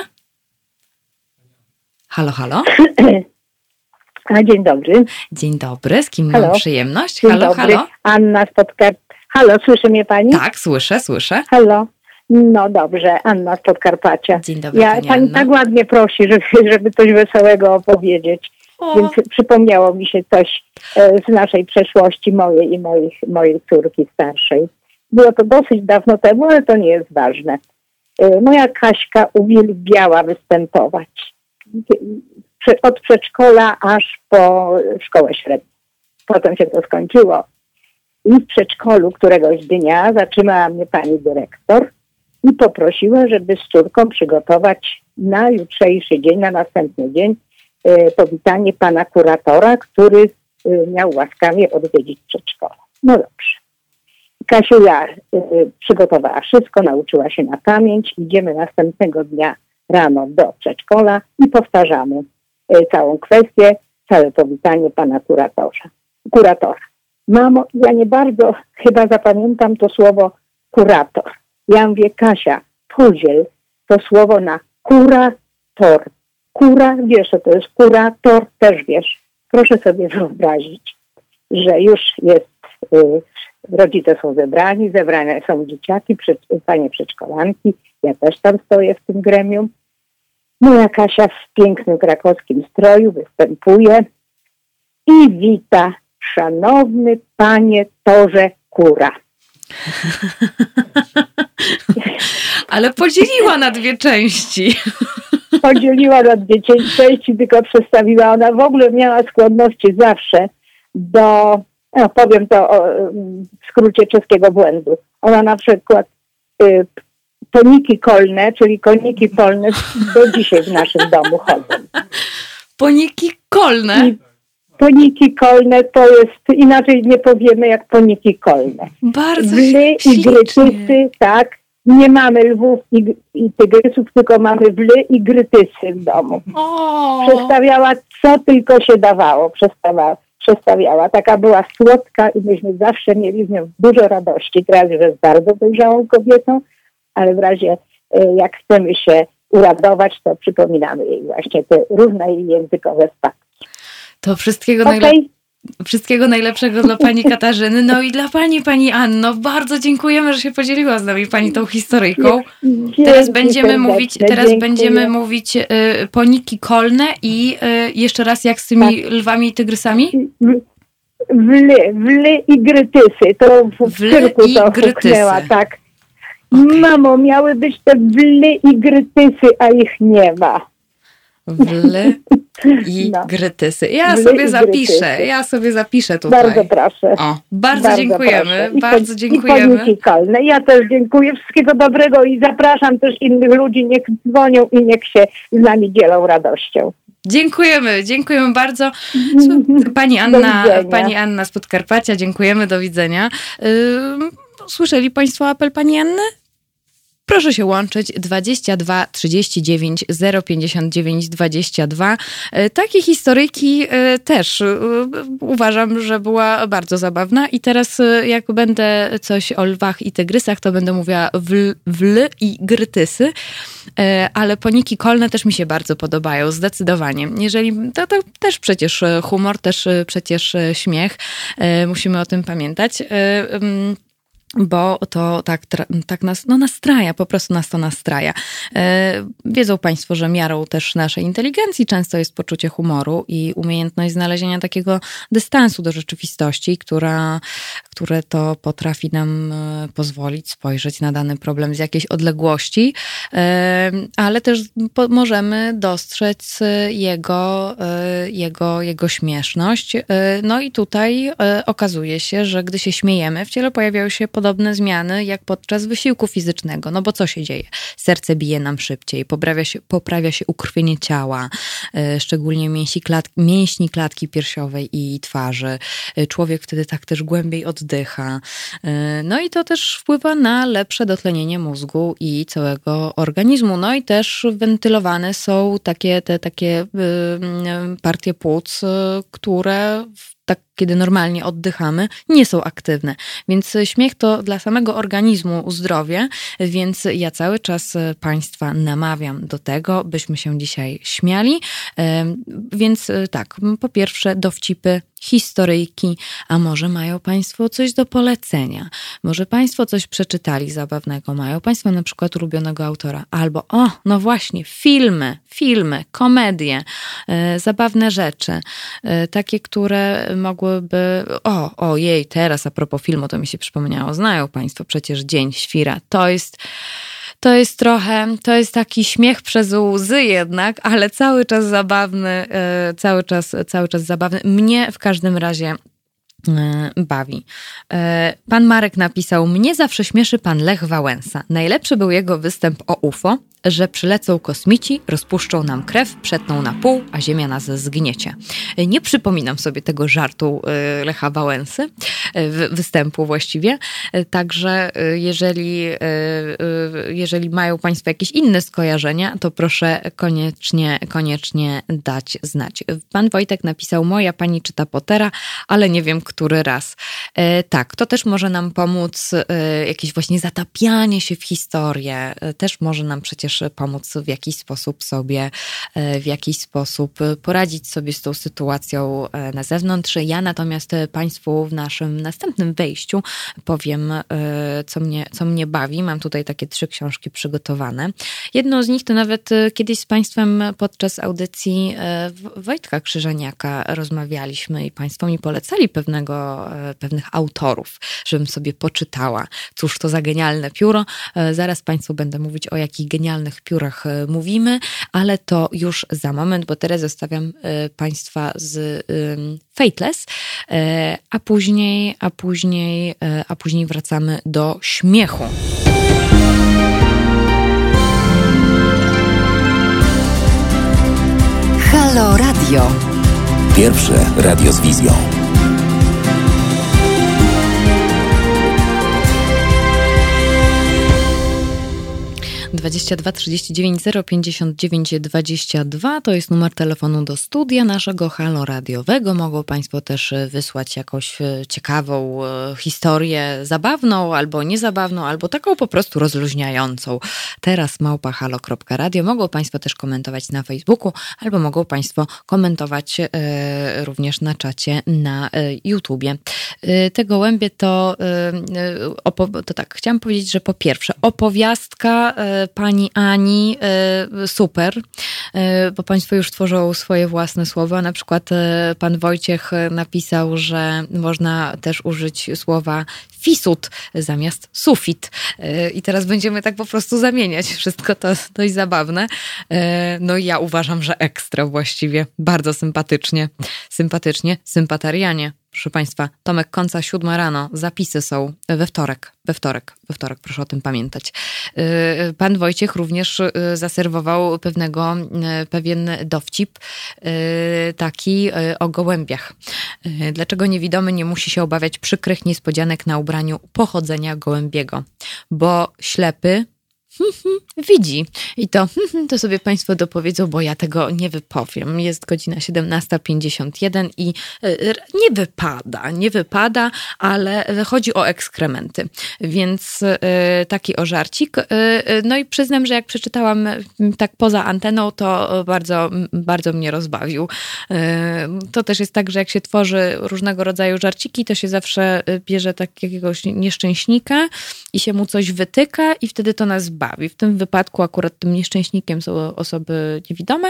Halo, halo? Dzień dobry. Dzień dobry, z kim mam przyjemność? Dzień dobry. Halo? Anna z Podkarpacia. Halo, słyszy mnie Pani? Tak, słyszę. Halo. No dobrze, Anna z Podkarpacia. Dzień dobry, Pani Pani tak ładnie prosi, żeby coś wesołego opowiedzieć. Więc przypomniało mi się coś z naszej przeszłości, mojej i mojej córki starszej. Było to dosyć dawno temu, ale to nie jest ważne. Moja Kaśka uwielbiała występować. Od przedszkola aż po szkołę średnią. Potem się to skończyło. I w przedszkolu któregoś dnia zatrzymała mnie pani dyrektor i poprosiła, żeby z córką przygotować na jutrzejszy dzień, na następny dzień powitanie pana kuratora, który miał łaskawie odwiedzić przedszkole. No dobrze. Kasiuja przygotowała wszystko, nauczyła się na pamięć. Idziemy następnego dnia rano do przedszkola i powtarzamy całą kwestię, całe powitanie pana kuratora. Mamo, ja nie bardzo chyba zapamiętam to słowo kurator. Ja mówię, Kasia, podziel to słowo na kurator. Kura, wiesz co to jest kurator, też wiesz. Proszę sobie wyobrazić, że już jest, rodzice są zebrane są dzieciaki, panie przedszkolanki, ja też tam stoję w tym gremium. Moja Kasia w pięknym krakowskim stroju występuje i wita: szanowny panie Torze Kura. Ale podzieliła na dwie części. Podzieliła na dwie części, tylko przedstawiła. Ona w ogóle miała skłonności zawsze do, powiem to w skrócie, czeskiego błędu. Ona na przykład poniki kolne, czyli koniki polne, do dzisiaj w naszym domu chodzą. Poniki kolne? I poniki kolne to jest, inaczej nie powiemy jak poniki kolne. Bardzo Wly i grytysy, tak. Nie mamy lwów i tygrysów, tylko mamy wly i grytysy w domu. Przestawiała co tylko się dawało. Przestawiała. Taka była słodka i myśmy zawsze mieli z nią dużo radości. Teraz już jest bardzo dojrzałą kobietą, ale w razie jak chcemy się uradować, to przypominamy jej właśnie te różne językowe spadki. To wszystkiego najlepszego dla pani Katarzyny, no i dla pani Anno. Bardzo dziękujemy, że się podzieliła z nami pani tą historyjką. Teraz będziemy mówić poniki kolne i jeszcze raz jak z tymi lwami i tygrysami? Wly i grytysy. To w cyrku to huknęła, tak. Okay. Mamo, miały być te wly i grytysy, a ich nie ma. Wly i grytysy. Ja sobie zapiszę tutaj. Bardzo proszę. Bardzo dziękujemy. Bardzo dziękujemy. I poniki kolne. Ja też dziękuję. Wszystkiego dobrego i zapraszam też innych ludzi. Niech dzwonią i niech się z nami dzielą radością. Dziękujemy bardzo. Pani Anna z Podkarpacia, dziękujemy, do widzenia. Słyszeli Państwo apel pani Anny? Proszę się łączyć 22 39 059 22. Takie historyjki też uważam, że była bardzo zabawna i teraz jak będę coś o lwach i tygrysach, to będę mówiła wly i grytysy, ale poniki kolne też mi się bardzo podobają, zdecydowanie. Jeżeli to też przecież humor, też przecież śmiech, musimy o tym pamiętać. Bo to tak nas nastraja, po prostu nas to nastraja. Wiedzą Państwo, że miarą też naszej inteligencji często jest poczucie humoru i umiejętność znalezienia takiego dystansu do rzeczywistości, które to potrafi nam pozwolić spojrzeć na dany problem z jakiejś odległości, ale też możemy dostrzec jego śmieszność. No i tutaj okazuje się, że gdy się śmiejemy, w ciele pojawiają się podobne zmiany jak podczas wysiłku fizycznego. No bo co się dzieje? Serce bije nam szybciej, poprawia się ukrwienie ciała, szczególnie mięśni klatki piersiowej i twarzy. Człowiek wtedy tak też głębiej oddycha. No i to też wpływa na lepsze dotlenienie mózgu i całego organizmu. No i też wentylowane są takie partie płuc, które kiedy normalnie oddychamy, nie są aktywne. Więc śmiech to dla samego organizmu zdrowie, więc ja cały czas Państwa namawiam do tego, byśmy się dzisiaj śmiali. Więc tak, po pierwsze dowcipy, historyjki, a może mają Państwo coś do polecenia. Może Państwo coś przeczytali zabawnego, mają Państwo na przykład ulubionego autora, albo no właśnie, filmy, komedie, zabawne rzeczy, takie, które mogłyby, ojej, teraz a propos filmu, to mi się przypomniało, znają Państwo przecież Dzień Świra, to jest taki śmiech przez łzy jednak, ale cały czas zabawny, cały czas zabawny. Mnie w każdym razie bawi. Pan Marek napisał: mnie zawsze śmieszy pan Lech Wałęsa. Najlepszy był jego występ o UFO, że przylecą kosmici, rozpuszczą nam krew, przetną na pół, a Ziemia nas zgniecie. Nie przypominam sobie tego żartu Lecha Wałęsy, występu właściwie. Także jeżeli mają Państwo jakieś inne skojarzenia, to proszę koniecznie dać znać. Pan Wojtek napisał: moja pani czyta Pottera, ale nie wiem, który raz. Tak, to też może nam pomóc, jakieś właśnie zatapianie się w historię, też może nam przecież pomóc w jakiś sposób poradzić sobie z tą sytuacją na zewnątrz. Ja natomiast Państwu w naszym następnym wejściu powiem, co mnie bawi. Mam tutaj takie 3 książki przygotowane. Jedną z nich to nawet kiedyś z Państwem podczas audycji Wojtka Krzyżaniaka rozmawialiśmy i Państwo mi polecali pewnych autorów, żebym sobie poczytała. Cóż to za genialne pióro. Zaraz Państwu będę mówić, o jakich genialnych piórach mówimy, ale to już za moment, bo teraz zostawiam Państwa z Fateless, a później wracamy do śmiechu. Halo Radio. Pierwsze radio z wizją. 22 39 059 22 to jest numer telefonu do studia naszego Halo Radiowego. Mogą Państwo też wysłać jakąś ciekawą historię, zabawną albo niezabawną, albo taką po prostu rozluźniającą. Teraz @halo.radio. Mogą Państwo też komentować na Facebooku, albo mogą Państwo komentować również na czacie na YouTubie. Te gołębie to tak, chciałam powiedzieć, że po pierwsze opowiastka pani Ani super, bo Państwo już tworzą swoje własne słowa. Na przykład pan Wojciech napisał, że można też użyć słowa fisut zamiast sufit. I teraz będziemy tak po prostu zamieniać. Wszystko to dość zabawne. No i ja uważam, że ekstra właściwie. Bardzo sympatarianie. Proszę Państwa, Tomek Końca, 7 rano. Zapisy są we wtorek, proszę o tym pamiętać. Pan Wojciech również zaserwował pewien dowcip taki o gołębiach. Dlaczego niewidomy nie musi się obawiać przykrych niespodzianek na ubraniu pochodzenia gołębiego? Bo ślepy widzi. I to sobie Państwo dopowiedzą, bo ja tego nie wypowiem. Jest godzina 17:51 i nie wypada, ale chodzi o ekskrementy. Więc taki ożarcik. No i przyznam, że jak przeczytałam tak poza anteną, to bardzo, bardzo mnie rozbawił. To też jest tak, że jak się tworzy różnego rodzaju żarciki, to się zawsze bierze jakiegoś nieszczęśnika i się mu coś wytyka i wtedy to nas bawi. W tym wypadku akurat tym nieszczęśnikiem są osoby niewidome,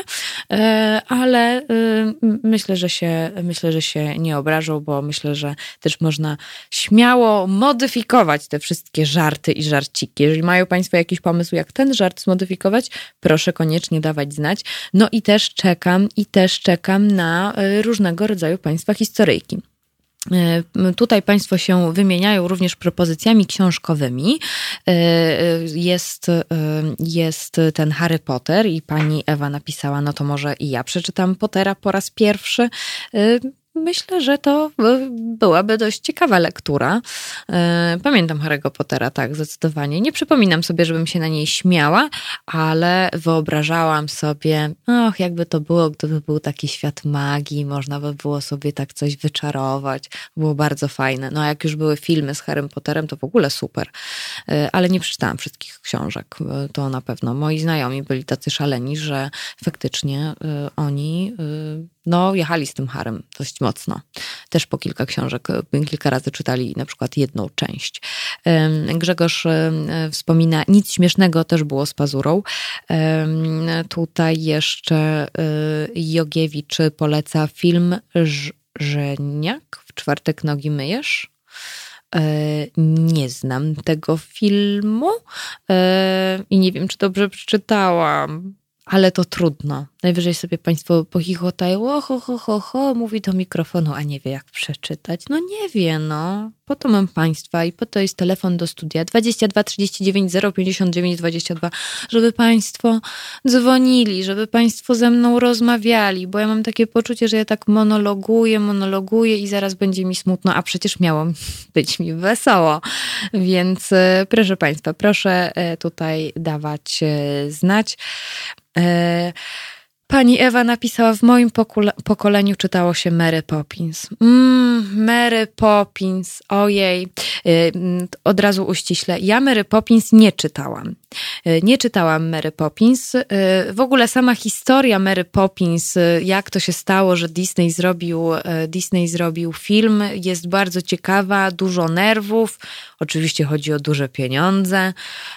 ale myślę, że się nie obrażą, bo myślę, że też można śmiało modyfikować te wszystkie żarty i żarciki. Jeżeli mają Państwo jakiś pomysł, jak ten żart zmodyfikować, proszę koniecznie dawać znać. No i też czekam na różnego rodzaju Państwa historyjki. Tutaj Państwo się wymieniają również propozycjami książkowymi. Jest ten Harry Potter i pani Ewa napisała, no to może i ja przeczytam Pottera po raz pierwszy. Myślę, że to byłaby dość ciekawa lektura. Pamiętam Harry'ego Pottera, tak, zdecydowanie. Nie przypominam sobie, żebym się na niej śmiała, ale wyobrażałam sobie, jakby to było, gdyby był taki świat magii, można by było sobie tak coś wyczarować. Było bardzo fajne. No a jak już były filmy z Harrym Potterem, to w ogóle super. Ale nie przeczytałam wszystkich książek. To na pewno. Moi znajomi byli tacy szaleni, że faktycznie oni jechali z tym Harrym dość mocno. Też po kilka książek, kilka razy czytali na przykład jedną część. Grzegorz wspomina, nic śmiesznego też było z Pazurą. Tutaj jeszcze Jogiewicz poleca film Żeniak, w czwartek nogi myjesz. Nie znam tego filmu i nie wiem, czy dobrze przeczytałam. Ale to trudno. Najwyżej sobie Państwo pochichotają, mówi do mikrofonu, a nie wie jak przeczytać. No nie wie, Po to mam Państwa i po to jest telefon do studia 22 39 059 22, żeby Państwo dzwonili, żeby Państwo ze mną rozmawiali, bo ja mam takie poczucie, że ja tak monologuję i zaraz będzie mi smutno, a przecież miało być mi wesoło. Więc proszę Państwa, proszę tutaj dawać znać. Pani Ewa napisała, w moim pokoleniu czytało się Mary Poppins. Mary Poppins, ojej. Od razu uściślę. Ja Mary Poppins nie czytałam. Nie czytałam Mary Poppins. W ogóle sama historia Mary Poppins, jak to się stało, że Disney zrobił film, jest bardzo ciekawa, dużo nerwów. Oczywiście chodzi o duże pieniądze.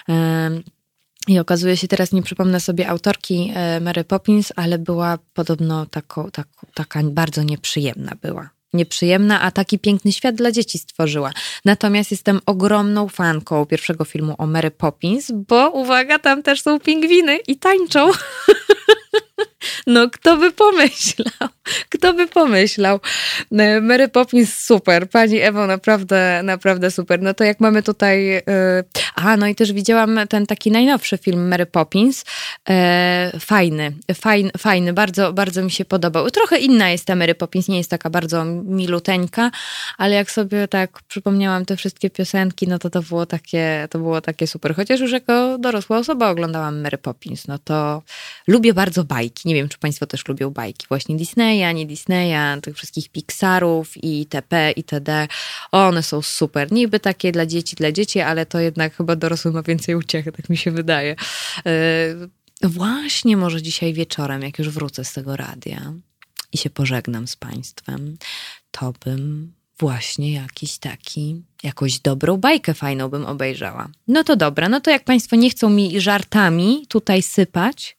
I okazuje się, teraz nie przypomnę sobie autorki Mary Poppins, ale była podobno taka bardzo nieprzyjemna była. Nieprzyjemna, a taki piękny świat dla dzieci stworzyła. Natomiast jestem ogromną fanką pierwszego filmu o Mary Poppins, bo uwaga, tam też są pingwiny i tańczą. No, kto by pomyślał? Kto by pomyślał? Mary Poppins super. Pani Ewo, naprawdę super. No to jak mamy tutaj... no i też widziałam ten taki najnowszy film Mary Poppins. Fajny. Bardzo, bardzo mi się podobał. Trochę inna jest ta Mary Poppins, nie jest taka bardzo miluteńka, ale jak sobie tak przypomniałam te wszystkie piosenki, no to było takie super. Chociaż już jako dorosła osoba oglądałam Mary Poppins, no to lubię bardzo bajki. Nie wiem, czy Państwo też lubią bajki. Właśnie Disneya, nie Disneya, tych wszystkich Pixarów i itp. itd. One są super. Niby takie dla dzieci, ale to jednak chyba dorosły ma więcej uciechy, tak mi się wydaje. Właśnie może dzisiaj wieczorem, jak już wrócę z tego radia i się pożegnam z Państwem, to bym właśnie jakąś dobrą bajkę fajną bym obejrzała. No to dobra, no to jak Państwo nie chcą mi żartami tutaj sypać,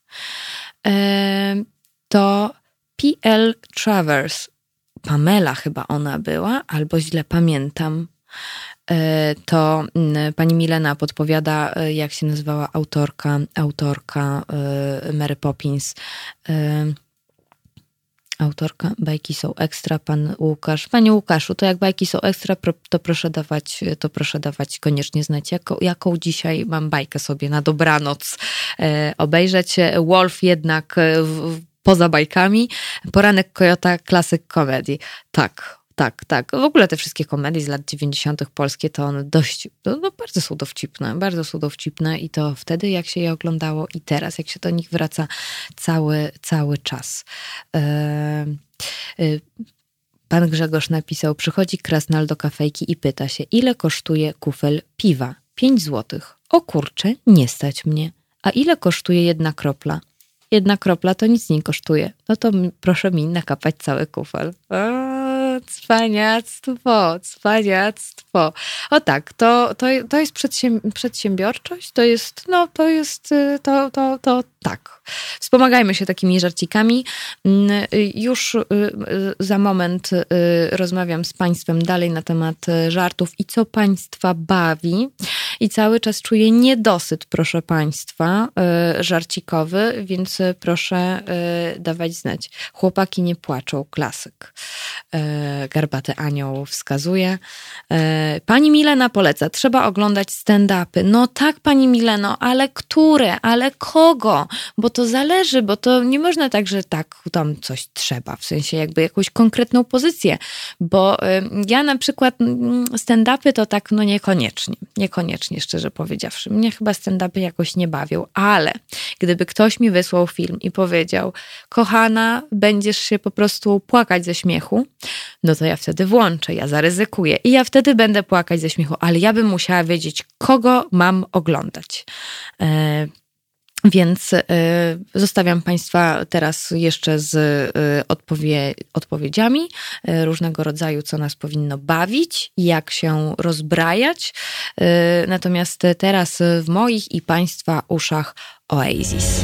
to P.L. Travers, Pamela chyba ona była, albo źle pamiętam, to pani Milena podpowiada, jak się nazywała autorka Mary Poppins. Autorka, bajki są ekstra, pan Łukasz. Panie Łukaszu, to jak bajki są ekstra, to proszę dawać koniecznie znać, jaką dzisiaj mam bajkę sobie na dobranoc obejrzeć. Wolf jednak poza bajkami. Poranek Kojota, klasyk komedii. Tak. W ogóle te wszystkie komedie z lat 90. polskie, to one bardzo są dowcipne i to wtedy, jak się je oglądało i teraz, jak się do nich wraca cały czas. Pan Grzegorz napisał, przychodzi krasnal do kafejki i pyta się, ile kosztuje kufel piwa? 5 złotych. O kurczę, nie stać mnie. A ile kosztuje 1 kropla? 1 kropla to nic nie kosztuje. No to proszę mi nakapać cały kufel. Cwaniactwo. O tak, to jest przedsiębiorczość, tak. Wspomagajmy się takimi żarcikami. Już za moment rozmawiam z Państwem dalej na temat żartów i co Państwa bawi. I cały czas czuję niedosyt, proszę Państwa, żarcikowy, więc proszę dawać znać. Chłopaki nie płaczą, klasyk. Garbaty Anioł wskazuje. Pani Milena poleca, trzeba oglądać stand-upy. No tak, pani Mileno, ale które? Ale kogo? Bo to zależy, bo to nie można tak, że tak tam coś trzeba, w sensie jakby jakąś konkretną pozycję, bo ja na przykład stand-upy to tak niekoniecznie, szczerze powiedziawszy. Mnie chyba stand-upy jakoś nie bawią, ale gdyby ktoś mi wysłał film i powiedział, kochana, będziesz się po prostu płakać ze śmiechu, no to ja wtedy włączę, ja zaryzykuję i ja wtedy będę płakać ze śmiechu, ale ja bym musiała wiedzieć, kogo mam oglądać. Więc zostawiam Państwa teraz jeszcze z odpowiedziami różnego rodzaju, co nas powinno bawić, jak się rozbrajać. Natomiast teraz w moich i Państwa uszach Oasis.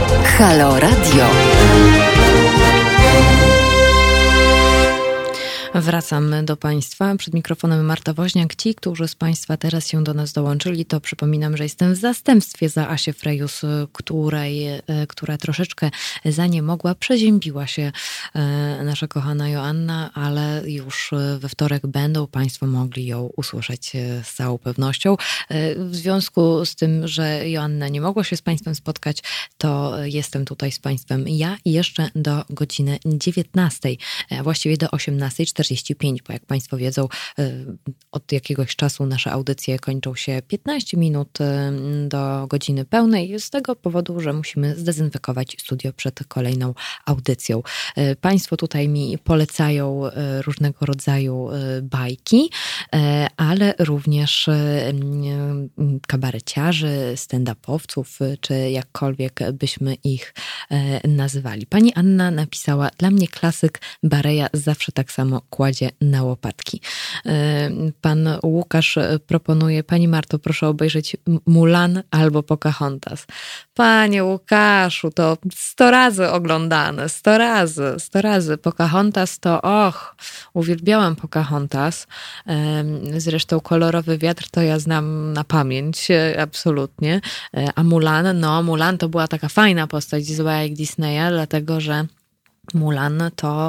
Halo Radio. Wracam do Państwa. Przed mikrofonem Marta Woźniak. Ci, którzy z Państwa teraz się do nas dołączyli, to przypominam, że jestem w zastępstwie za Asię Frejus, która troszeczkę zaniemogła. Przeziębiła się nasza kochana Joanna, ale już we wtorek będą Państwo mogli ją usłyszeć z całą pewnością. W związku z tym, że Joanna nie mogła się z Państwem spotkać, to jestem tutaj z Państwem ja i jeszcze do godziny 19, a właściwie do 18:45, bo jak Państwo wiedzą, od jakiegoś czasu nasze audycje kończą się 15 minut do godziny pełnej, z tego powodu, że musimy zdezynfekować studio przed kolejną audycją. Państwo tutaj mi polecają różnego rodzaju bajki, ale również kabareciarzy, stand-upowców, czy jakkolwiek byśmy ich nazywali. Pani Anna napisała: dla mnie klasyk Bareja zawsze tak samo kładzie na łopatki. Pan Łukasz proponuje: pani Marto, proszę obejrzeć Mulan albo Pocahontas. Panie Łukaszu, to 100 razy oglądane, 100 razy. Pocahontas to uwielbiałam Pocahontas. Zresztą Kolorowy wiatr to ja znam na pamięć, absolutnie. A Mulan to była taka fajna postać z bajek Disneya, dlatego że Mulan to,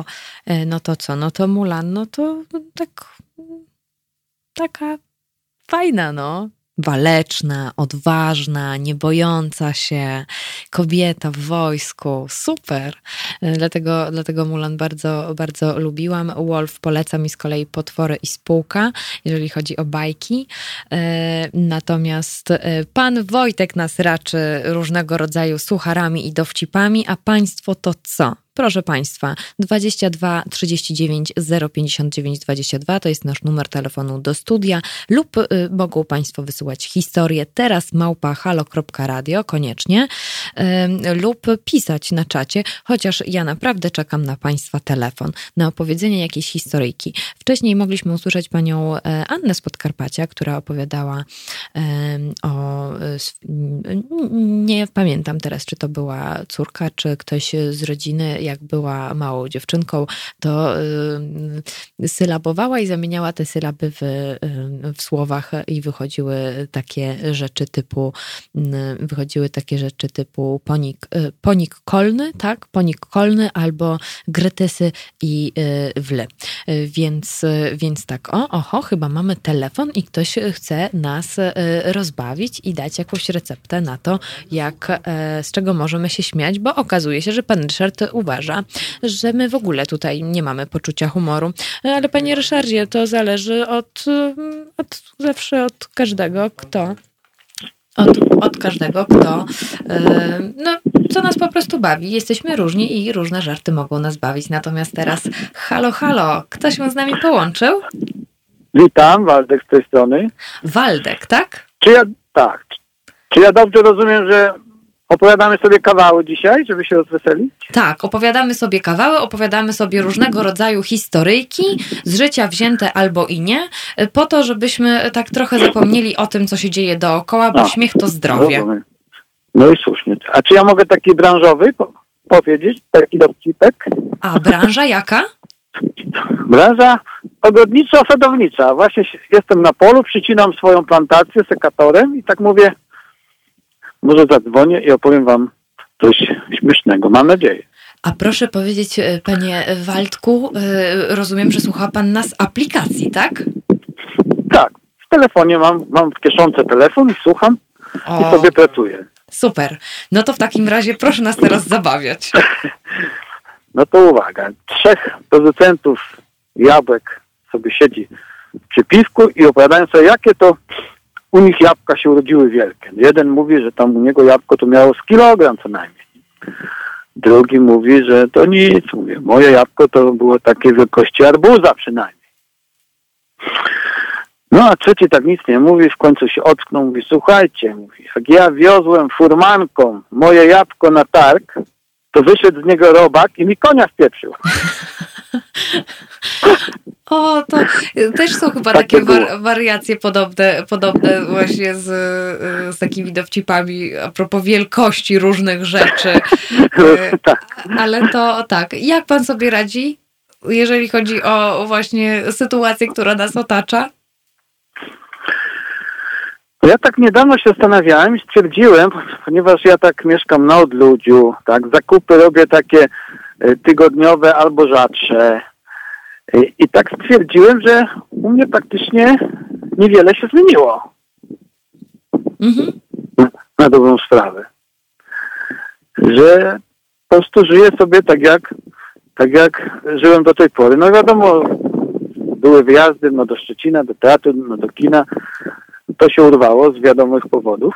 taka fajna, waleczna, odważna, nie bojąca się, kobieta w wojsku, super. Dlatego Mulan bardzo, bardzo lubiłam. Wolf poleca mi z kolei Potwory i spółka, jeżeli chodzi o bajki. Natomiast pan Wojtek nas raczy różnego rodzaju sucharami i dowcipami, a państwo to co? Proszę Państwa, 22 39 059 22 to jest nasz numer telefonu do studia lub mogą Państwo wysyłać historię teraz @halo.radio koniecznie lub pisać na czacie, chociaż ja naprawdę czekam na Państwa telefon, na opowiedzenie jakiejś historyjki. Wcześniej mogliśmy usłyszeć panią Annę z Podkarpacia, która opowiadała nie pamiętam teraz, czy to była córka, czy ktoś z rodziny, jak była małą dziewczynką, to sylabowała i zamieniała te sylaby w słowach i wychodziły takie rzeczy typu ponik kolny, tak? Ponik kolny albo grytysy i wle. Więc tak, chyba mamy telefon i ktoś chce nas rozbawić i dać jakąś receptę na to, z czego możemy się śmiać, bo okazuje się, że pan Ryszard uważa, że my w ogóle tutaj nie mamy poczucia humoru. Ale panie Ryszardzie, to zależy zawsze od każdego, kto co nas po prostu bawi. Jesteśmy różni i różne żarty mogą nas bawić. Natomiast teraz halo, kto się z nami połączył? Witam, Waldek z tej strony. Waldek, tak? Czy ja dobrze rozumiem, że opowiadamy sobie kawały dzisiaj, żeby się rozweselić? Tak, opowiadamy sobie kawały, opowiadamy sobie różnego rodzaju historyjki z życia wzięte albo i nie, po to, żebyśmy tak trochę zapomnieli o tym, co się dzieje dookoła, bo śmiech to zdrowie. Rozumiem. No i słusznie. A czy ja mogę taki branżowy powiedzieć? Taki dowcipek? A branża jaka? Branża ogrodniczo-sadownicza. Właśnie jestem na polu, przycinam swoją plantację sekatorem i tak mówię, może zadzwonię i opowiem wam coś śmiesznego. Mam nadzieję. A proszę powiedzieć, panie Waldku, rozumiem, że słucha pan nas aplikacji, tak? Tak. W telefonie mam w kieszonce telefon i słucham i sobie pracuję. Super. No to w takim razie proszę nas teraz zabawiać. No to uwaga. 3 producentów jabłek sobie siedzi przy piwku i opowiadają sobie, jakie to u nich jabłka się urodziły wielkie. Jeden mówi, że tam u niego jabłko to miało z kilogram co najmniej. Drugi mówi, że to nic. Mówię, moje jabłko to było takiej wielkości arbuza przynajmniej. No a trzeci tak nic nie mówi, w końcu się ocknął, mówi, słuchajcie, mówi, jak ja wiozłem furmanką moje jabłko na targ, to wyszedł z niego robak i mi konia wpieprzył. To też są chyba takie wariacje podobne właśnie z takimi dowcipami a propos wielkości różnych rzeczy. Tak. Ale to tak. Jak pan sobie radzi? jeżeli chodzi o właśnie sytuację, która nas otacza? Ja tak niedawno się zastanawiałem i stwierdziłem, ponieważ ja tak mieszkam na odludziu, tak, zakupy robię takie tygodniowe albo rzadsze. I tak stwierdziłem, że u mnie praktycznie niewiele się zmieniło. Na dobrą sprawę. Że po prostu żyję sobie tak jak żyłem do tej pory. No wiadomo, były wyjazdy do Szczecina, do teatru, do kina. To się urwało z wiadomych powodów.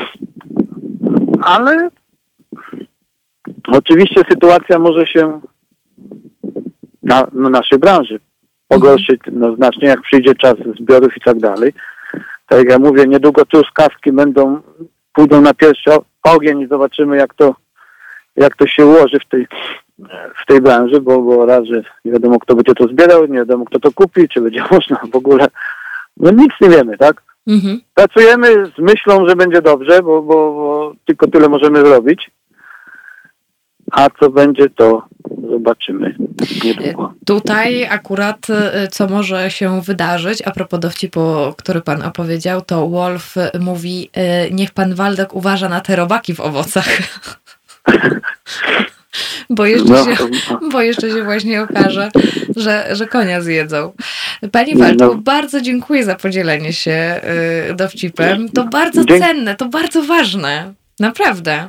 Ale oczywiście sytuacja może się na naszej branży pogorszyć znacznie, jak przyjdzie czas zbiorów i tak dalej. Tak jak ja mówię, niedługo truskawki pójdą na pierwszy ogień i zobaczymy, jak to się ułoży w tej branży, bo raz, że nie wiadomo, kto będzie to zbierał, nie wiadomo, kto to kupi, czy będzie można w ogóle. No nic nie wiemy, tak? Pracujemy z myślą, że będzie dobrze, bo tylko tyle możemy zrobić. A co będzie, to zobaczymy niedługo. Tutaj akurat co może się wydarzyć, a propos dowcipu, który pan opowiedział, to Wolf mówi, niech pan Waldek uważa na te robaki w owocach. Bo jeszcze się właśnie okaże, że konia zjedzą. Panie Waldku, bardzo dziękuję za podzielenie się dowcipem. To bardzo cenne, to bardzo ważne. Naprawdę.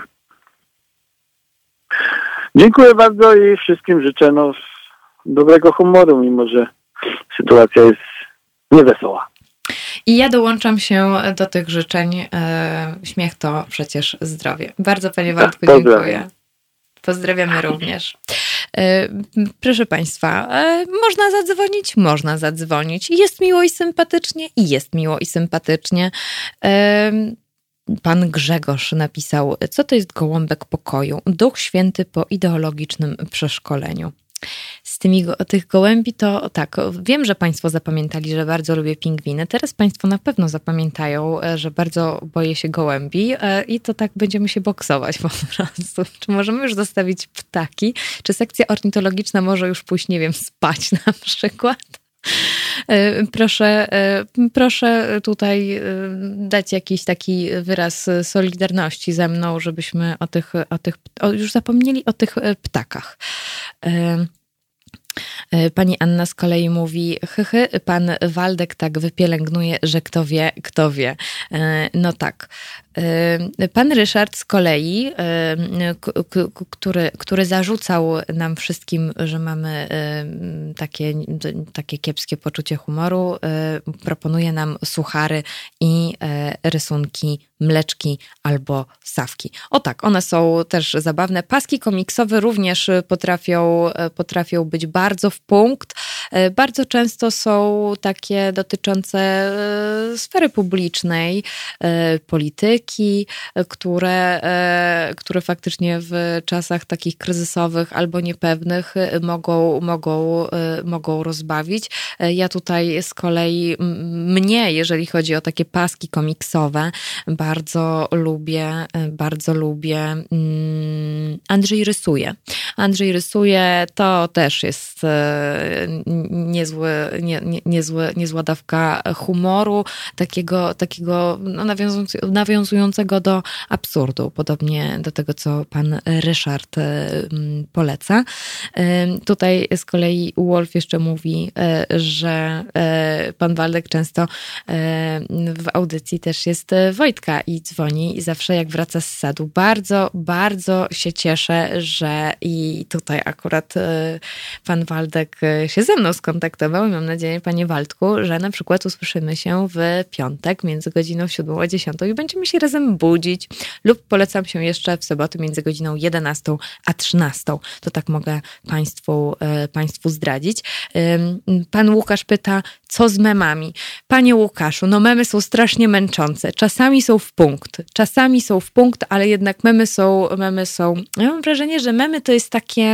Dziękuję bardzo i wszystkim życzę dobrego humoru, mimo że sytuacja jest niewesoła. I ja dołączam się do tych życzeń. Śmiech to przecież zdrowie. Bardzo panie Waldku dziękuję. Pozdrawiamy również. Proszę Państwa, można zadzwonić. Jest miło i sympatycznie. Pan Grzegorz napisał, co to jest gołąbek pokoju? Duch Święty po ideologicznym przeszkoleniu. Tych gołębi to tak, wiem, że Państwo zapamiętali, że bardzo lubię pingwiny. Teraz Państwo na pewno zapamiętają, że bardzo boję się gołębi i to tak będziemy się boksować po prostu. Czy możemy już zostawić ptaki? Czy sekcja ornitologiczna może już pójść, nie wiem, spać na przykład? Proszę tutaj dać jakiś taki wyraz solidarności ze mną, żebyśmy już zapomnieli o tych ptakach. Pani Anna z kolei mówi, pan Waldek tak wypielęgnuje, że kto wie. No tak. Pan Ryszard z kolei, który zarzucał nam wszystkim, że mamy takie kiepskie poczucie humoru, proponuje nam suchary i rysunki mleczki albo sawki. O tak, one są też zabawne. Paski komiksowe również potrafią być bardzo w punkt. Bardzo często są takie dotyczące sfery publicznej, polityki, które faktycznie w czasach takich kryzysowych albo niepewnych mogą rozbawić. Ja tutaj z kolei jeżeli chodzi o takie paski komiksowe, bardzo lubię Andrzej rysuje, to też jest niezła dawka humoru, takiego nawiązującego do absurdu, podobnie do tego, co pan Ryszard poleca. Tutaj z kolei Wolf jeszcze mówi, że pan Waldek często w audycji też jest Wojtka i dzwoni i zawsze jak wraca z sadu. Bardzo, bardzo się cieszę, że i tutaj akurat pan Waldek się ze mną skontaktował i mam nadzieję, panie Waldku, że na przykład usłyszymy się w piątek między godziną 7 a 10 i będziemy się razem budzić lub polecam się jeszcze w sobotę między godziną 11 a 13. To tak mogę państwu zdradzić. Pan Łukasz pyta, co z memami? Panie Łukaszu, no memy są strasznie męczące. Czasami są w punkt, ale jednak memy są. Ja mam wrażenie, że memy to jest takie,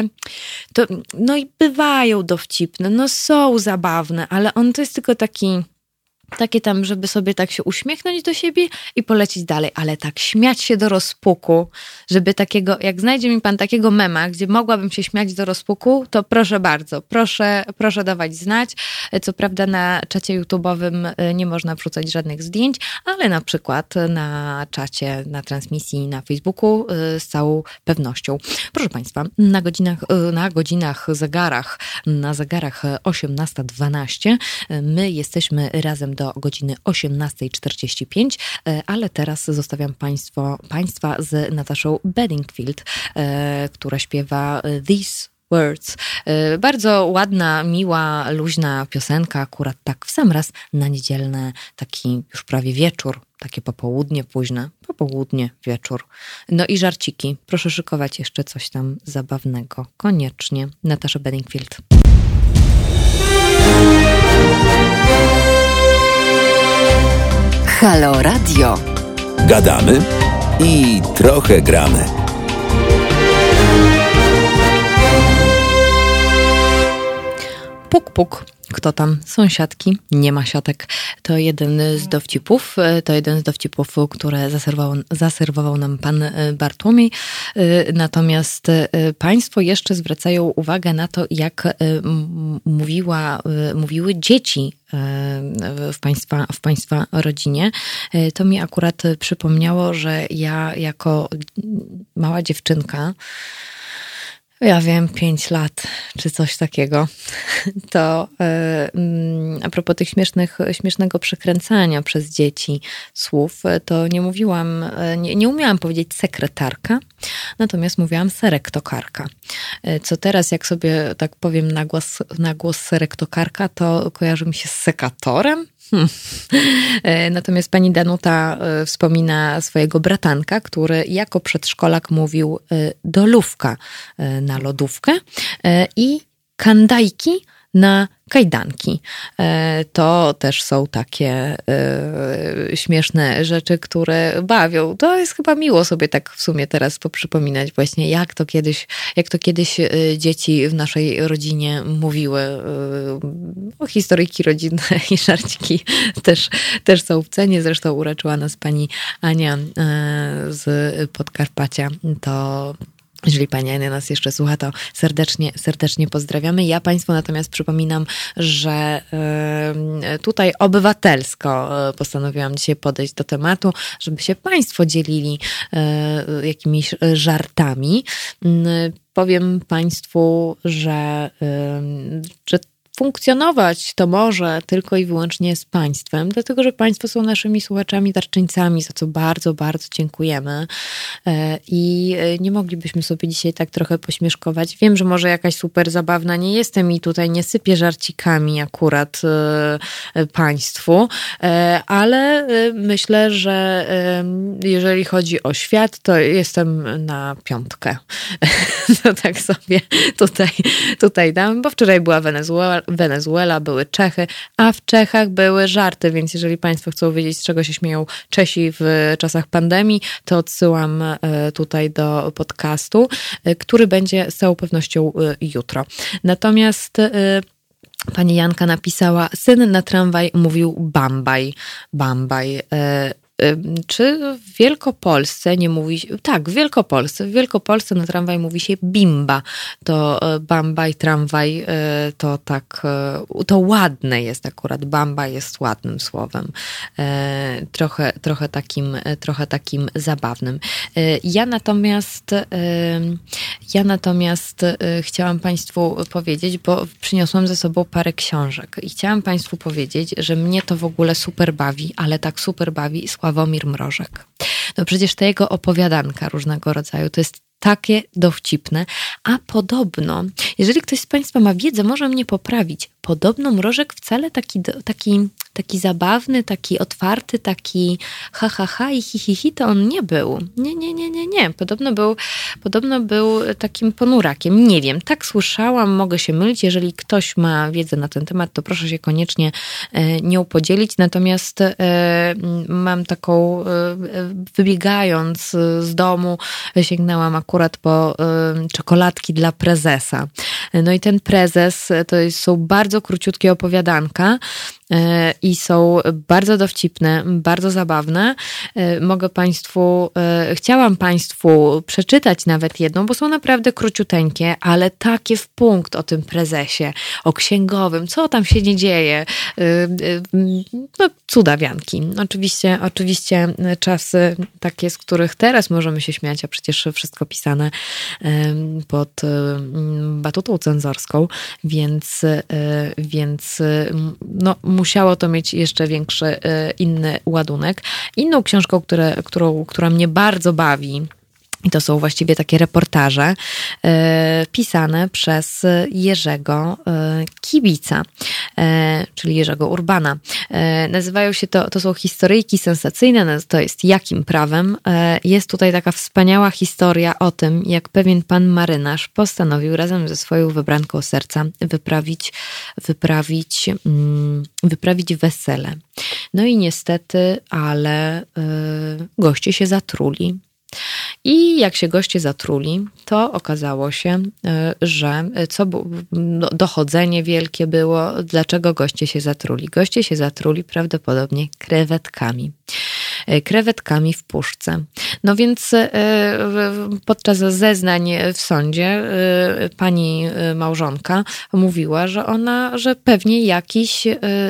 no i bywają dowcipne, no są zabawne, ale on to jest tylko taki takie tam, żeby sobie tak się uśmiechnąć do siebie i polecieć dalej, ale tak śmiać się do rozpuku, żeby takiego, jak znajdzie mi pan takiego mema, gdzie mogłabym się śmiać do rozpuku, to proszę bardzo, proszę dawać znać. Co prawda na czacie YouTube'owym nie można wrzucać żadnych zdjęć, ale na przykład na czacie, na transmisji na Facebooku z całą pewnością. Proszę państwa, na zegarach 18:12 my jesteśmy razem do godziny 18:45, ale teraz zostawiam Państwa z Nataszą Bedingfield, która śpiewa These Words. Bardzo ładna, miła, luźna piosenka, akurat tak w sam raz na niedzielne, taki już prawie wieczór, takie popołudnie późne, wieczór. No i żarciki. Proszę szykować jeszcze coś tam zabawnego. Koniecznie. Natasza Bedingfield. Halo Radio. Gadamy i trochę gramy. Puk, puk. Kto tam? Sąsiadki. Nie ma siatek. To jeden z dowcipów, które zaserwował nam pan Bartłomiej. Natomiast państwo jeszcze zwracają uwagę na to, jak mówiły dzieci w państwa rodzinie. To mi akurat przypomniało, że ja jako mała dziewczynka, ja wiem, 5 lat, czy coś takiego, to a propos tych śmiesznego przekręcania przez dzieci słów, to nie umiałam powiedzieć sekretarka, natomiast mówiłam serektokarka. Co teraz, jak sobie tak powiem na głos serektokarka, to kojarzy mi się z sekatorem. Natomiast pani Danuta wspomina swojego bratanka, który jako przedszkolak mówił dolówka na lodówkę i kandajki na kajdanki. To też są takie śmieszne rzeczy, które bawią. To jest chyba miło sobie tak w sumie teraz poprzypominać właśnie, jak to kiedyś dzieci w naszej rodzinie mówiły. O historyjki rodzinne i żarciki też są w cenie. Zresztą uraczyła nas pani Ania z Podkarpacia. To jeżeli pani Ania nas jeszcze słucha, to serdecznie pozdrawiamy. Ja państwu natomiast przypominam, że tutaj obywatelsko postanowiłam dzisiaj podejść do tematu, żeby się państwo dzielili jakimiś żartami. Powiem państwu, że funkcjonować to może tylko i wyłącznie z państwem, dlatego że państwo są naszymi słuchaczami, darczyńcami, za co bardzo, bardzo dziękujemy. I nie moglibyśmy sobie dzisiaj tak trochę pośmieszkować. Wiem, że może jakaś super zabawna nie jestem i tutaj nie sypię żarcikami akurat państwu, ale myślę, że jeżeli chodzi o świat, to jestem na 5. To tak sobie tutaj dam, bo wczoraj była Wenezuela, były Czechy, a w Czechach były żarty, więc jeżeli państwo chcą wiedzieć, z czego się śmieją Czesi w czasach pandemii, to odsyłam tutaj do podcastu, który będzie z całą pewnością jutro. Natomiast pani Janka napisała, syn na tramwaj mówił bambaj. Czy w Wielkopolsce nie mówi się... Tak, w Wielkopolsce na tramwaj mówi się bimba. To bambaj, tramwaj, to tak... To ładne jest akurat. Bamba jest ładnym słowem. Trochę takim zabawnym. Ja natomiast chciałam państwu powiedzieć, bo przyniosłam ze sobą parę książek i chciałam państwu powiedzieć, że mnie to w ogóle super bawi, ale tak super bawi Sławomir Mrożek. No przecież te jego opowiadanka różnego rodzaju to jest takie dowcipne, a podobno, jeżeli ktoś z państwa ma wiedzę, może mnie poprawić, podobno Mrożek wcale taki zabawny, taki otwarty, taki ha i hi, to on nie był. Nie. Podobno był takim ponurakiem. Nie wiem, tak słyszałam, mogę się mylić. Jeżeli ktoś ma wiedzę na ten temat, to proszę się koniecznie nią podzielić. Natomiast mam taką, wybiegając z domu, sięgnęłam akurat po czekoladki dla prezesa. No i ten prezes, to są bardzo króciutkie opowiadanka, i są bardzo dowcipne, bardzo zabawne. Chciałam Państwu przeczytać nawet jedną, bo są naprawdę króciuteńkie, ale takie w punkt o tym prezesie, o księgowym, co tam się nie dzieje. No, cudawianki. Oczywiście czasy takie, z których teraz możemy się śmiać, a przecież wszystko pisane pod batutą cenzorską, więc no, musiało to mieć jeszcze większy, inny ładunek. Inną książką, która mnie bardzo bawi, i to są właściwie takie reportaże pisane przez Jerzego Kibica, czyli Jerzego Urbana. Nazywają się to są historyjki sensacyjne, to jest Jakim prawem. Jest tutaj taka wspaniała historia o tym, jak pewien pan marynarz postanowił razem ze swoją wybranką serca wyprawić wesele. No i niestety, ale goście się zatruli. I jak się goście zatruli, to okazało się, że dochodzenie wielkie było. Dlaczego goście się zatruli? Goście się zatruli prawdopodobnie krewetkami w puszce. No więc podczas zeznań w sądzie pani małżonka mówiła, że pewnie jakiś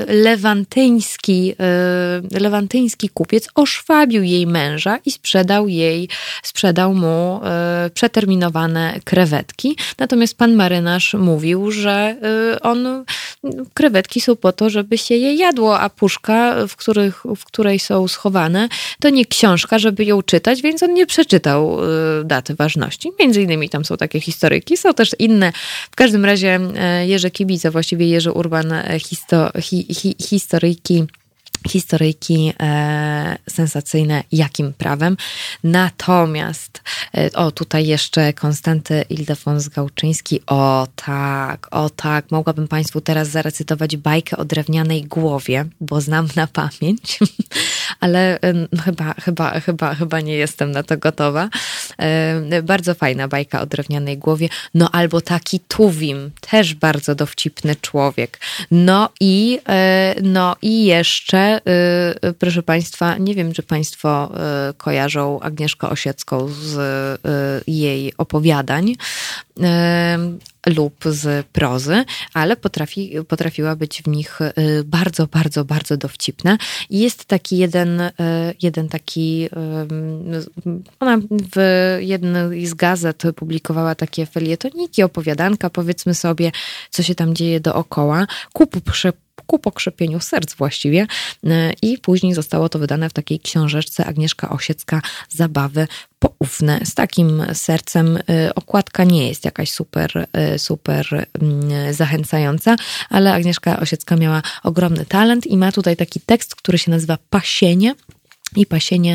lewantyński kupiec oszwabił jej męża i sprzedał mu przeterminowane krewetki. Natomiast pan marynarz mówił, że krewetki są po to, żeby się je jadło, a puszka, w której są schowane, to nie książka, żeby ją czytać, więc on nie przeczytał daty ważności. Między innymi tam są takie historyjki, są też inne. W każdym razie Jerzy Kibica, właściwie Jerzy Urban, historyjki sensacyjne Jakim prawem. Natomiast tutaj jeszcze Konstanty Ildefons Gałczyński. O tak, mogłabym Państwu teraz zarecytować bajkę o drewnianej głowie, bo znam na pamięć, ale chyba nie jestem na to gotowa. Bardzo fajna bajka o drewnianej głowie. No albo taki Tuwim, też bardzo dowcipny człowiek. No i jeszcze proszę Państwa, nie wiem, czy Państwo kojarzą Agnieszkę Osiecką z jej opowiadań lub z prozy, ale potrafiła być w nich bardzo, bardzo, bardzo dowcipna. I jest taki jeden taki, ona w jednej z gazet publikowała takie felietoniki, opowiadanka, powiedzmy sobie, co się tam dzieje dookoła, ku pokrzepieniu serc właściwie, i później zostało to wydane w takiej książeczce Agnieszka Osiecka Zabawy poufne. Z takim sercem. Okładka nie jest jakaś super zachęcająca, ale Agnieszka Osiecka miała ogromny talent i ma tutaj taki tekst, który się nazywa Pasienie. I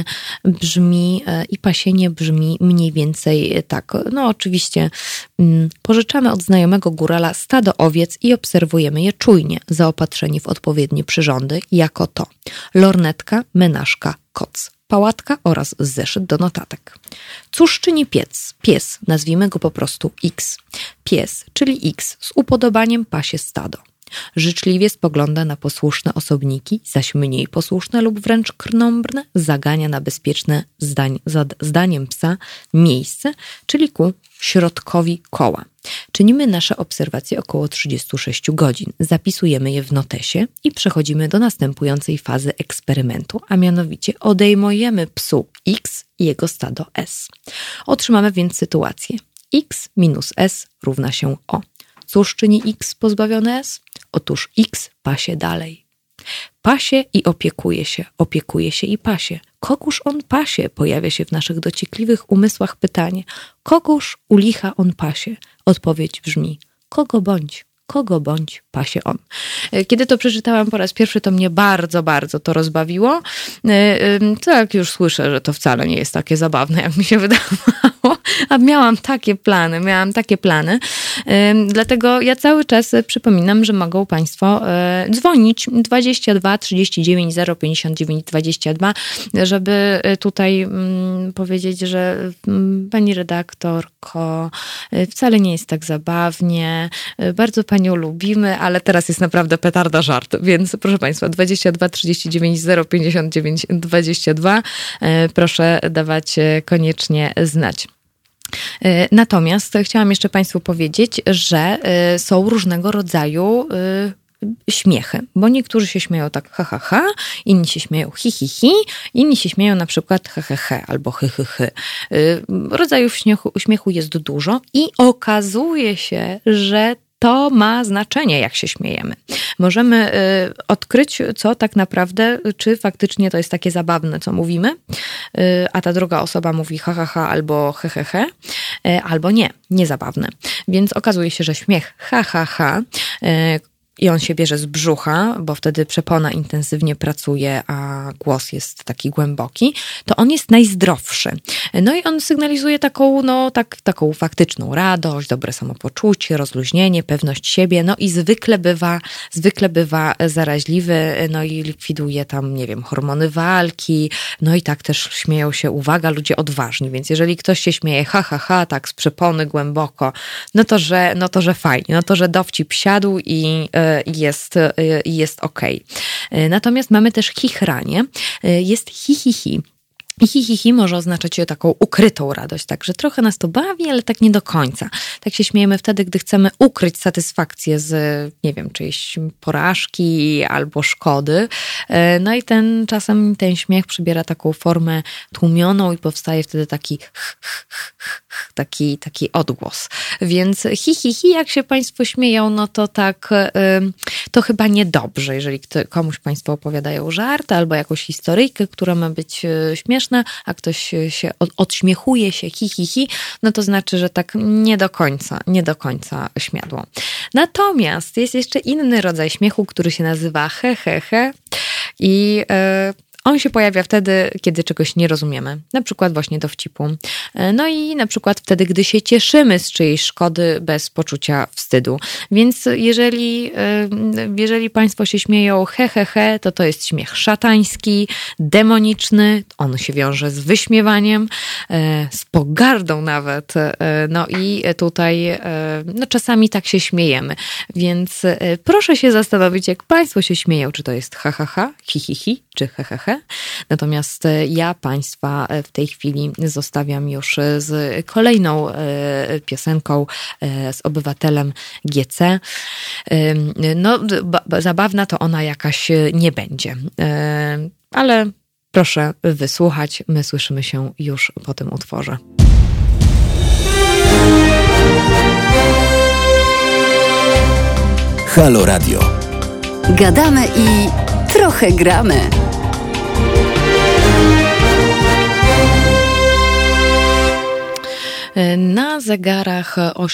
pasienie brzmi mniej więcej tak. No oczywiście pożyczamy od znajomego górala stado owiec i obserwujemy je czujnie, zaopatrzeni w odpowiednie przyrządy, jako to lornetka, menażka, koc, pałatka oraz zeszyt do notatek. Cóż czyni pies, nazwijmy go po prostu X. Pies, czyli X, z upodobaniem pasie stado. Życzliwie spogląda na posłuszne osobniki, zaś mniej posłuszne lub wręcz krnąbrne zagania na bezpieczne zdaniem psa miejsce, czyli ku środkowi koła. Czynimy nasze obserwacje około 36 godzin, zapisujemy je w notesie i przechodzimy do następującej fazy eksperymentu, a mianowicie odejmujemy psu X i jego stado S. Otrzymamy więc sytuację X minus S równa się O. Cóż czyni X pozbawione S? Otóż X pasie dalej. Pasie i opiekuje się i pasie. Kogóż on pasie? Pojawia się w naszych dociekliwych umysłach pytanie. Kogóż u licha on pasie? Odpowiedź brzmi: kogo bądź pasie on. Kiedy to przeczytałam po raz pierwszy, to mnie bardzo, bardzo to rozbawiło. Tak, już słyszę, że to wcale nie jest takie zabawne, jak mi się wydawało. A miałam takie plany. Dlatego ja cały czas przypominam, że mogą Państwo dzwonić 22 39 059 22, żeby tutaj powiedzieć, że pani redaktorko, wcale nie jest tak zabawnie, bardzo Panią lubimy, ale teraz jest naprawdę petarda żart, więc proszę Państwa, 22 39 059 22, proszę dawać koniecznie znać. Natomiast chciałam jeszcze Państwu powiedzieć, że są różnego rodzaju śmiechy, bo niektórzy się śmieją tak ha, ha, ha, inni się śmieją hi, hi, hi, inni się śmieją na przykład he, he, he albo hy, hy, hy. Rodzajów śmiechu jest dużo i okazuje się, że to ma znaczenie, jak się śmiejemy. Możemy odkryć, co tak naprawdę, czy faktycznie to jest takie zabawne, co mówimy, a ta druga osoba mówi ha, ha, ha albo he, he, he, albo nie zabawne. Więc okazuje się, że śmiech ha, ha, ha, i on się bierze z brzucha, bo wtedy przepona intensywnie pracuje, a głos jest taki głęboki, to on jest najzdrowszy. No i on sygnalizuje taką faktyczną radość, dobre samopoczucie, rozluźnienie, pewność siebie, no i zwykle bywa zaraźliwy, no i likwiduje tam, nie wiem, hormony walki, no i tak też śmieją się, uwaga, ludzie odważni, więc jeżeli ktoś się śmieje ha, ha, ha, tak z przepony głęboko, no to, że fajnie, no to, że dowcip siadł i jest okej. Natomiast mamy też chichranie, jest hi, hi, hi. I hi, hi, hi może oznaczać taką ukrytą radość, także trochę nas to bawi, ale tak nie do końca. Tak się śmiejemy wtedy, gdy chcemy ukryć satysfakcję z, nie wiem, czyjejś porażki albo szkody. No i czasem ten śmiech przybiera taką formę tłumioną i powstaje wtedy taki odgłos. Więc hi, hi, hi, jak się Państwo śmieją, no to tak, to chyba niedobrze, jeżeli komuś Państwo opowiadają żart albo jakąś historyjkę, która ma być śmieszna, a ktoś się odśmiechuje się hi, hi, hi, no to znaczy, że tak nie do końca śmiadło. Natomiast jest jeszcze inny rodzaj śmiechu, który się nazywa he, he, he i on się pojawia wtedy, kiedy czegoś nie rozumiemy, na przykład właśnie dowcipu. No i na przykład wtedy, gdy się cieszymy z czyjejś szkody bez poczucia wstydu. Więc jeżeli Państwo się śmieją he, he, he, to jest śmiech szatański, demoniczny, on się wiąże z wyśmiewaniem, z pogardą nawet. No i tutaj czasami tak się śmiejemy. Więc proszę się zastanowić, jak Państwo się śmieją, czy to jest ha, ha, ha, hi, hi, hi, czy he, he, he. Natomiast ja Państwa w tej chwili zostawiam już z kolejną piosenką, z obywatelem GC. No, zabawna to ona jakaś nie będzie, ale proszę wysłuchać. My słyszymy się już po tym utworze. Halo Radio. Gadamy i trochę gramy. Na zegarach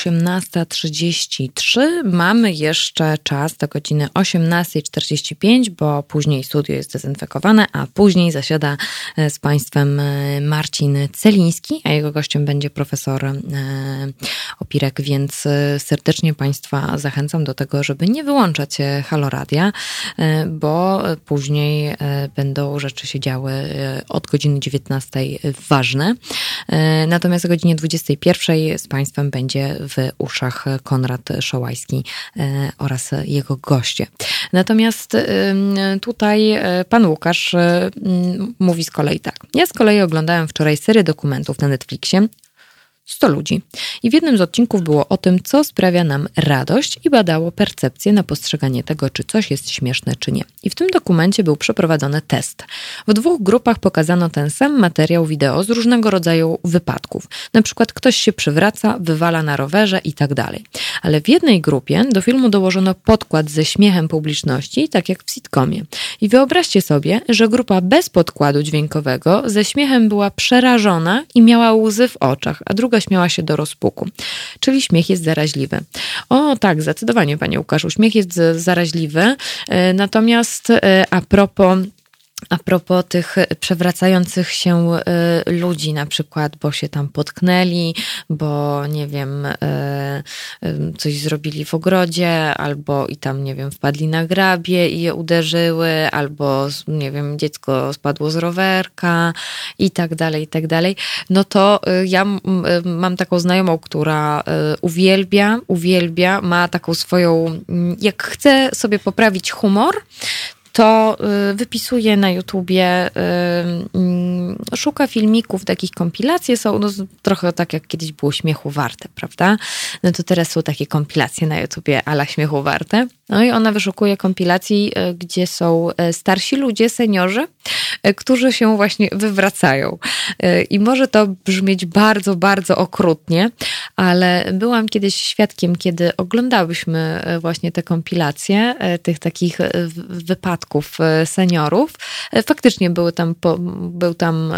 18:33 mamy jeszcze czas do godziny 18:45, bo później studio jest dezynfekowane, a później zasiada z Państwem Marcin Celiński, a jego gościem będzie profesor Opirek, więc serdecznie Państwa zachęcam do tego, żeby nie wyłączać Halo Radia, bo później będą rzeczy się działy od godziny 19:00 ważne. Natomiast o godzinie 21:00 z Państwem będzie w uszach Konrad Szołajski oraz jego goście. Natomiast tutaj pan Łukasz mówi z kolei tak. Ja z kolei oglądałem wczoraj serię dokumentów na Netflixie 100 ludzi. I w jednym z odcinków było o tym, co sprawia nam radość i badało percepcję na postrzeganie tego, czy coś jest śmieszne, czy nie. I w tym dokumencie był przeprowadzony test. W 2 grupach pokazano ten sam materiał wideo z różnego rodzaju wypadków. Na przykład ktoś się przywraca, wywala na rowerze i tak dalej. Ale w jednej grupie do filmu dołożono podkład ze śmiechem publiczności, tak jak w sitcomie. I wyobraźcie sobie, że grupa bez podkładu dźwiękowego ze śmiechem była przerażona i miała łzy w oczach, a druga śmiała się do rozpuku. Czyli śmiech jest zaraźliwy. O tak, zdecydowanie, panie Łukaszu, śmiech jest zaraźliwy. Natomiast a propos A propos tych przewracających się ludzi na przykład, bo się tam potknęli, bo nie wiem, coś zrobili w ogrodzie, albo i tam, nie wiem, wpadli na grabie i je uderzyły, albo, nie wiem, dziecko spadło z rowerka i tak dalej, no to ja mam taką znajomą, która uwielbia, ma taką swoją, jak chce sobie poprawić humor, to wypisuje na YouTubie, szuka filmików, takich kompilacji, są trochę tak jak kiedyś było Śmiechu Warte, prawda? No to teraz są takie kompilacje na YouTubie a la Śmiechu Warte. No i ona wyszukuje kompilacji, gdzie są starsi ludzie, seniorzy, którzy się właśnie wywracają. I może to brzmieć bardzo, bardzo okrutnie, ale byłam kiedyś świadkiem, kiedy oglądałyśmy właśnie te kompilacje tych takich wypadków seniorów. Faktycznie był tam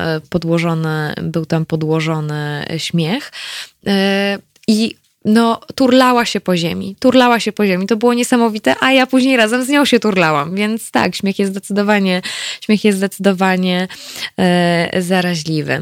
podłożony śmiech i no, turlała się po ziemi. To było niesamowite, a ja później razem z nią się turlałam, więc tak, śmiech jest zdecydowanie zaraźliwy.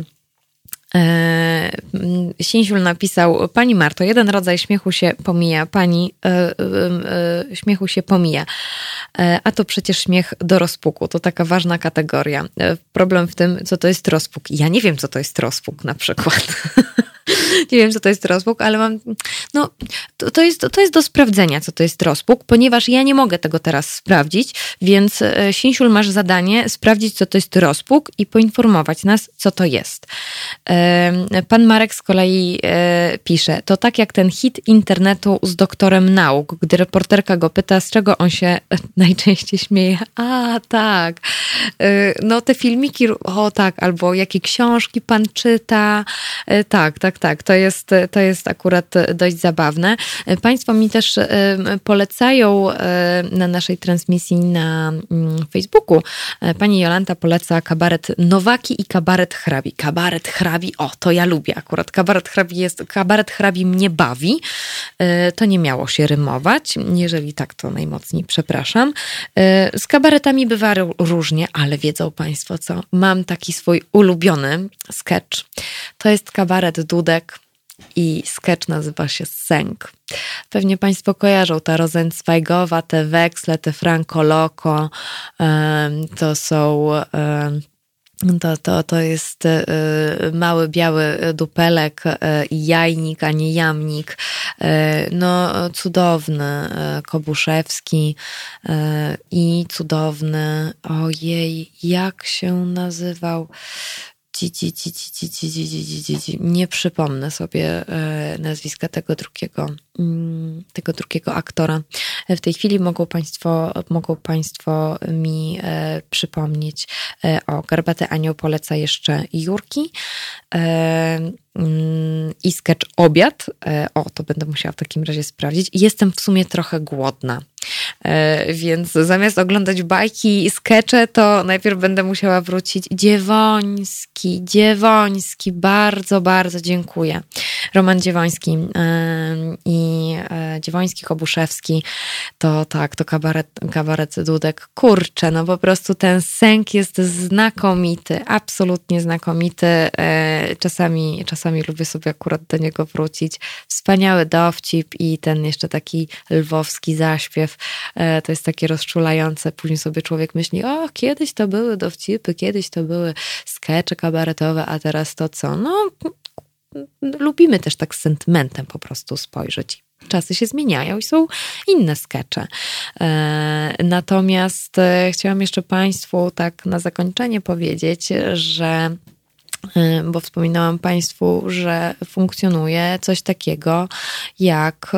Sinsiul napisał: Pani Marto, jeden rodzaj śmiechu się pomija, śmiechu się pomija, a to przecież śmiech do rozpuku, to taka ważna kategoria. Problem w tym, co to jest rozpuk. Ja nie wiem, co to jest rozpuk na przykład. Nie wiem, co to jest rozpuk, ale mam... No, to jest do sprawdzenia, co to jest rozpuk, ponieważ ja nie mogę tego teraz sprawdzić, więc Sinsiul, masz zadanie sprawdzić, co to jest rozpuk i poinformować nas, co to jest. Pan Marek z kolei pisze: to tak jak ten hit internetu z doktorem nauk, gdy reporterka go pyta, z czego on się najczęściej śmieje. A, tak. No te filmiki, o tak, albo jakie książki pan czyta. Tak. To jest akurat dość zabawne. Państwo mi też polecają na naszej transmisji na Facebooku. Pani Jolanta poleca kabaret Nowaki i kabaret Hrabi. Kabaret Hrabi, o, to ja lubię akurat. Kabaret Hrabi mnie bawi. To nie miało się rymować. Jeżeli tak, to najmocniej przepraszam. Z kabaretami bywa różnie, ale wiedzą Państwo co? Mam taki swój ulubiony sketch. To jest kabaret Dudek i sketch nazywa się Sęk. Pewnie Państwo kojarzą ta Rosenzweigowa, te weksle, te Franco Loco, to są... To jest mały biały dupelek i jajnik, a nie jamnik. No cudowny Kobuszewski i cudowny, ojej, jak się nazywał? Nie przypomnę sobie nazwiska tego drugiego aktora. W tej chwili mogą Państwo mi przypomnieć. O, Garbaty Anioł poleca jeszcze Jurki i sketch Obiad. O, to będę musiała w takim razie sprawdzić. Jestem w sumie trochę głodna. Więc zamiast oglądać bajki i skecze, to najpierw będę musiała wrócić. Dziewoński, bardzo, bardzo dziękuję. Roman Dziewoński i Dziewoński, Kobuszewski, to tak, to kabaret Dudek. Kurczę, no po prostu ten Sęk jest znakomity, absolutnie znakomity. Czasami lubię sobie akurat do niego wrócić. Wspaniały dowcip i ten jeszcze taki lwowski zaśpiew. To jest takie rozczulające. Później sobie człowiek myśli, o, kiedyś to były dowcipy, kiedyś to były skecze kabaretowe, a teraz to co? No, lubimy też tak z sentymentem po prostu spojrzeć. Czasy się zmieniają i są inne skecze. Natomiast chciałam jeszcze Państwu tak na zakończenie powiedzieć, że bo wspominałam Państwu, że funkcjonuje coś takiego jak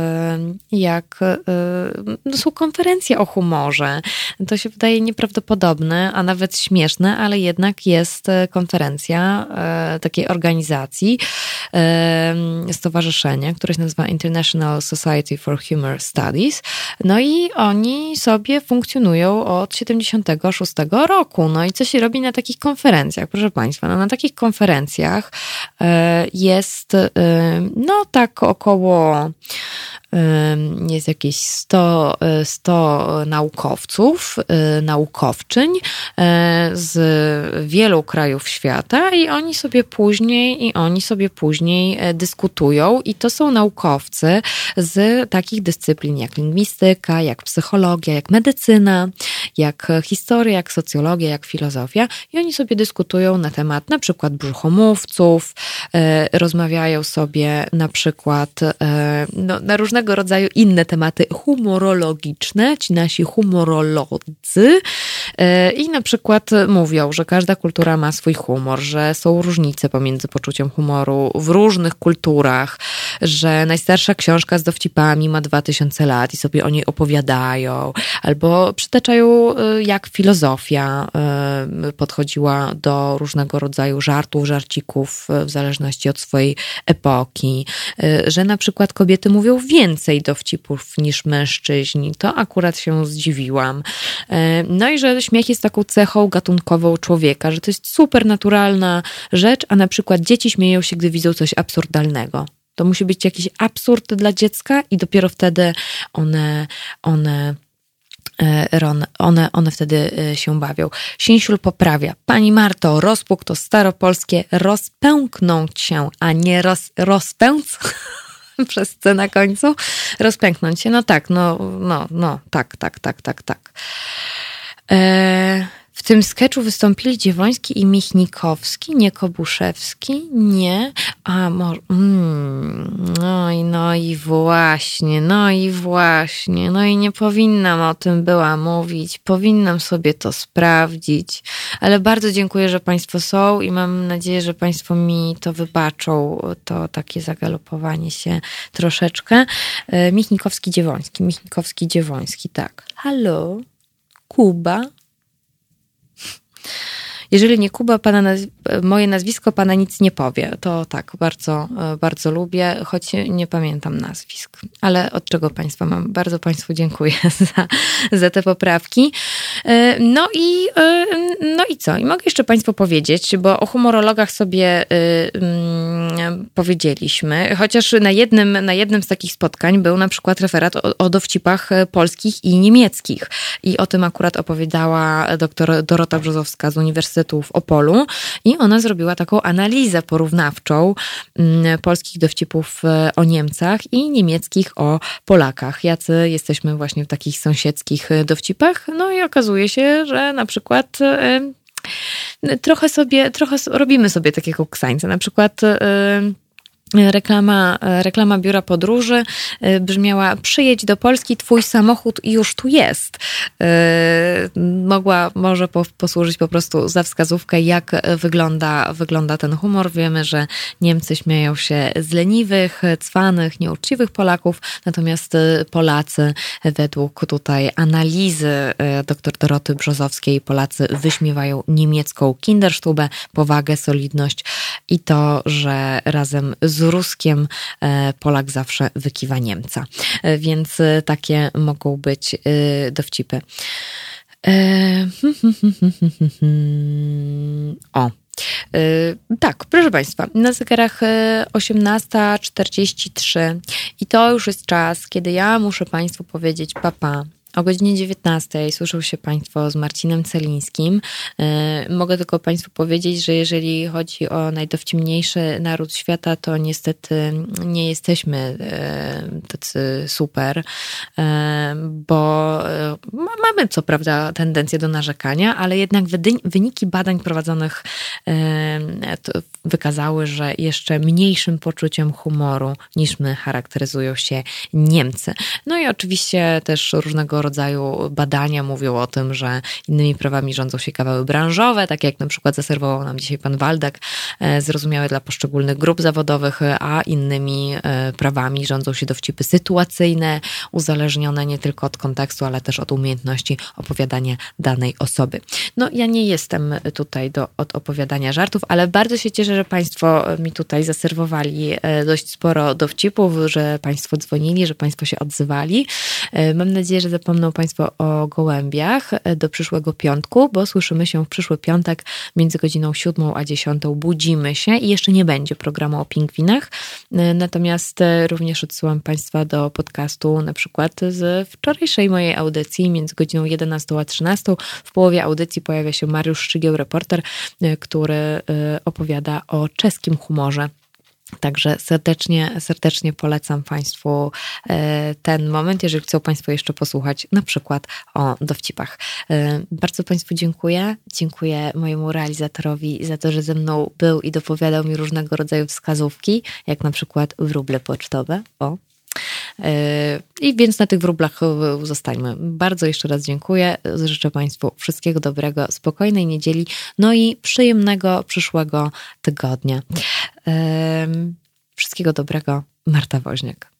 no są konferencje o humorze. To się wydaje nieprawdopodobne, a nawet śmieszne, ale jednak jest konferencja takiej organizacji, stowarzyszenia, które się nazywa International Society for Humor Studies. No i oni sobie funkcjonują od 76 roku. No i co się robi na takich konferencjach? Proszę Państwa, no na takich konferencjach jest no tak około jest jakieś 100 naukowców, naukowczyń z wielu krajów świata i oni sobie później dyskutują i to są naukowcy z takich dyscyplin jak lingwistyka, jak psychologia, jak medycyna, jak historia, jak socjologia, jak filozofia i oni sobie dyskutują na temat na przykład brzuchomówców, rozmawiają sobie na przykład na różnego rodzaju inne tematy humorologiczne, ci nasi humorolodzy i na przykład mówią, że każda kultura ma swój humor, że są różnice pomiędzy poczuciem humoru w różnych kulturach, że najstarsza książka z dowcipami ma 2000 lat i sobie o niej opowiadają, albo przytaczają jak filozofia podchodziła do różnego rodzaju żartów, żarcików w zależności od swojej epoki, że na przykład kobiety mówią więcej dowcipów niż mężczyźni. To akurat się zdziwiłam. No i że śmiech jest taką cechą gatunkową człowieka, że to jest super naturalna rzecz, a na przykład dzieci śmieją się, gdy widzą coś absurdalnego. To musi być jakiś absurd dla dziecka i dopiero wtedy one wtedy się bawią. Sińsiul poprawia. Pani Marto, rozpłuk to staropolskie rozpęknąć się, a nie rozpęc przez C na końcu. Rozpęknąć się. No tak, tak. W tym sketchu wystąpili Dziewoński i Michnikowski, nie Kobuszewski, nie, a może, no i właśnie, no i nie powinnam o tym była mówić, powinnam sobie to sprawdzić, ale bardzo dziękuję, że Państwo są i mam nadzieję, że Państwo mi to wybaczą, to takie zagalopowanie się troszeczkę. Michnikowski-Dziewoński, tak. Halo, Kuba? Jeżeli nie Kuba, moje nazwisko pana nic nie powie. To tak, bardzo, bardzo lubię, choć nie pamiętam nazwisk. Ale od czego Państwa mam? Bardzo Państwu dziękuję za te poprawki. No i co? I mogę jeszcze Państwu powiedzieć, bo o humorologach sobie powiedzieliśmy, chociaż na jednym z takich spotkań był na przykład referat o dowcipach polskich i niemieckich. I o tym akurat opowiadała dr Dorota Brzozowska z Uniwersytetu w Opolu i ona zrobiła taką analizę porównawczą polskich dowcipów o Niemcach i niemieckich o Polakach. Jacy jesteśmy właśnie w takich sąsiedzkich dowcipach. No i okazuje się, że na przykład trochę robimy sobie takiego ksańca. Na przykład Reklama biura podróży brzmiała: przyjedź do Polski, twój samochód już tu jest. Może posłużyć po prostu za wskazówkę, jak wygląda ten humor. Wiemy, że Niemcy śmieją się z leniwych, cwanych, nieuczciwych Polaków, natomiast Polacy, według tutaj analizy dr Doroty Brzozowskiej, Polacy wyśmiewają niemiecką Kinderstube, powagę, solidność i to, że razem z Ruskiem Polak zawsze wykiwa Niemca. Więc takie mogą być dowcipy. Tak, proszę Państwa, na zegarach 18:43 i to już jest czas, kiedy ja muszę Państwu powiedzieć pa. O godzinie 19 słyszą się Państwo z Marcinem Celińskim. Mogę tylko Państwu powiedzieć, że jeżeli chodzi o najdowcipniejszy naród świata, to niestety nie jesteśmy tacy super, bo mamy co prawda tendencję do narzekania, ale jednak wyniki badań prowadzonych wykazały, że jeszcze mniejszym poczuciem humoru niż my charakteryzują się Niemcy. No i oczywiście też różnego rodzaju badania mówią o tym, że innymi prawami rządzą się kawały branżowe, tak jak na przykład zaserwował nam dzisiaj pan Waldek, zrozumiałe dla poszczególnych grup zawodowych, a innymi prawami rządzą się dowcipy sytuacyjne, uzależnione nie tylko od kontekstu, ale też od umiejętności opowiadania danej osoby. No ja nie jestem tutaj od opowiadania żartów, ale bardzo się cieszę, że Państwo mi tutaj zaserwowali dość sporo dowcipów, że Państwo dzwonili, że Państwo się odzywali. Mam nadzieję, że zapomniałam przypomną Państwo o gołębiach do przyszłego piątku, bo słyszymy się w przyszły piątek między godziną 7 a 10. Budzimy się i jeszcze nie będzie programu o pingwinach. Natomiast również odsyłam Państwa do podcastu na przykład z wczorajszej mojej audycji między godziną 11 a 13. W połowie audycji pojawia się Mariusz Szczygieł, reporter, który opowiada o czeskim humorze. Także serdecznie polecam Państwu ten moment, jeżeli chcą Państwo jeszcze posłuchać na przykład o dowcipach. Bardzo Państwu dziękuję. Dziękuję mojemu realizatorowi za to, że ze mną był i dopowiadał mi różnego rodzaju wskazówki, jak na przykład wróble pocztowe. I więc na tych wróblach zostańmy. Bardzo jeszcze raz dziękuję. Życzę Państwu wszystkiego dobrego, spokojnej niedzieli, no i przyjemnego przyszłego tygodnia. Wszystkiego dobrego. Marta Woźniak.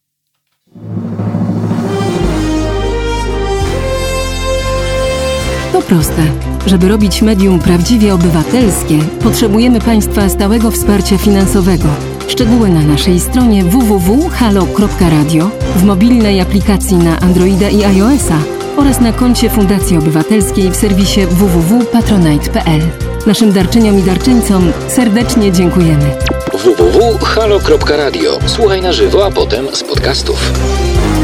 To proste. Żeby robić medium prawdziwie obywatelskie, potrzebujemy Państwa stałego wsparcia finansowego. Szczegóły na naszej stronie www.halo.radio, w mobilnej aplikacji na Androida i iOS-a oraz na koncie Fundacji Obywatelskiej w serwisie www.patronite.pl. Naszym darczyniom i darczyńcom serdecznie dziękujemy. www.halo.radio. Słuchaj na żywo, a potem z podcastów.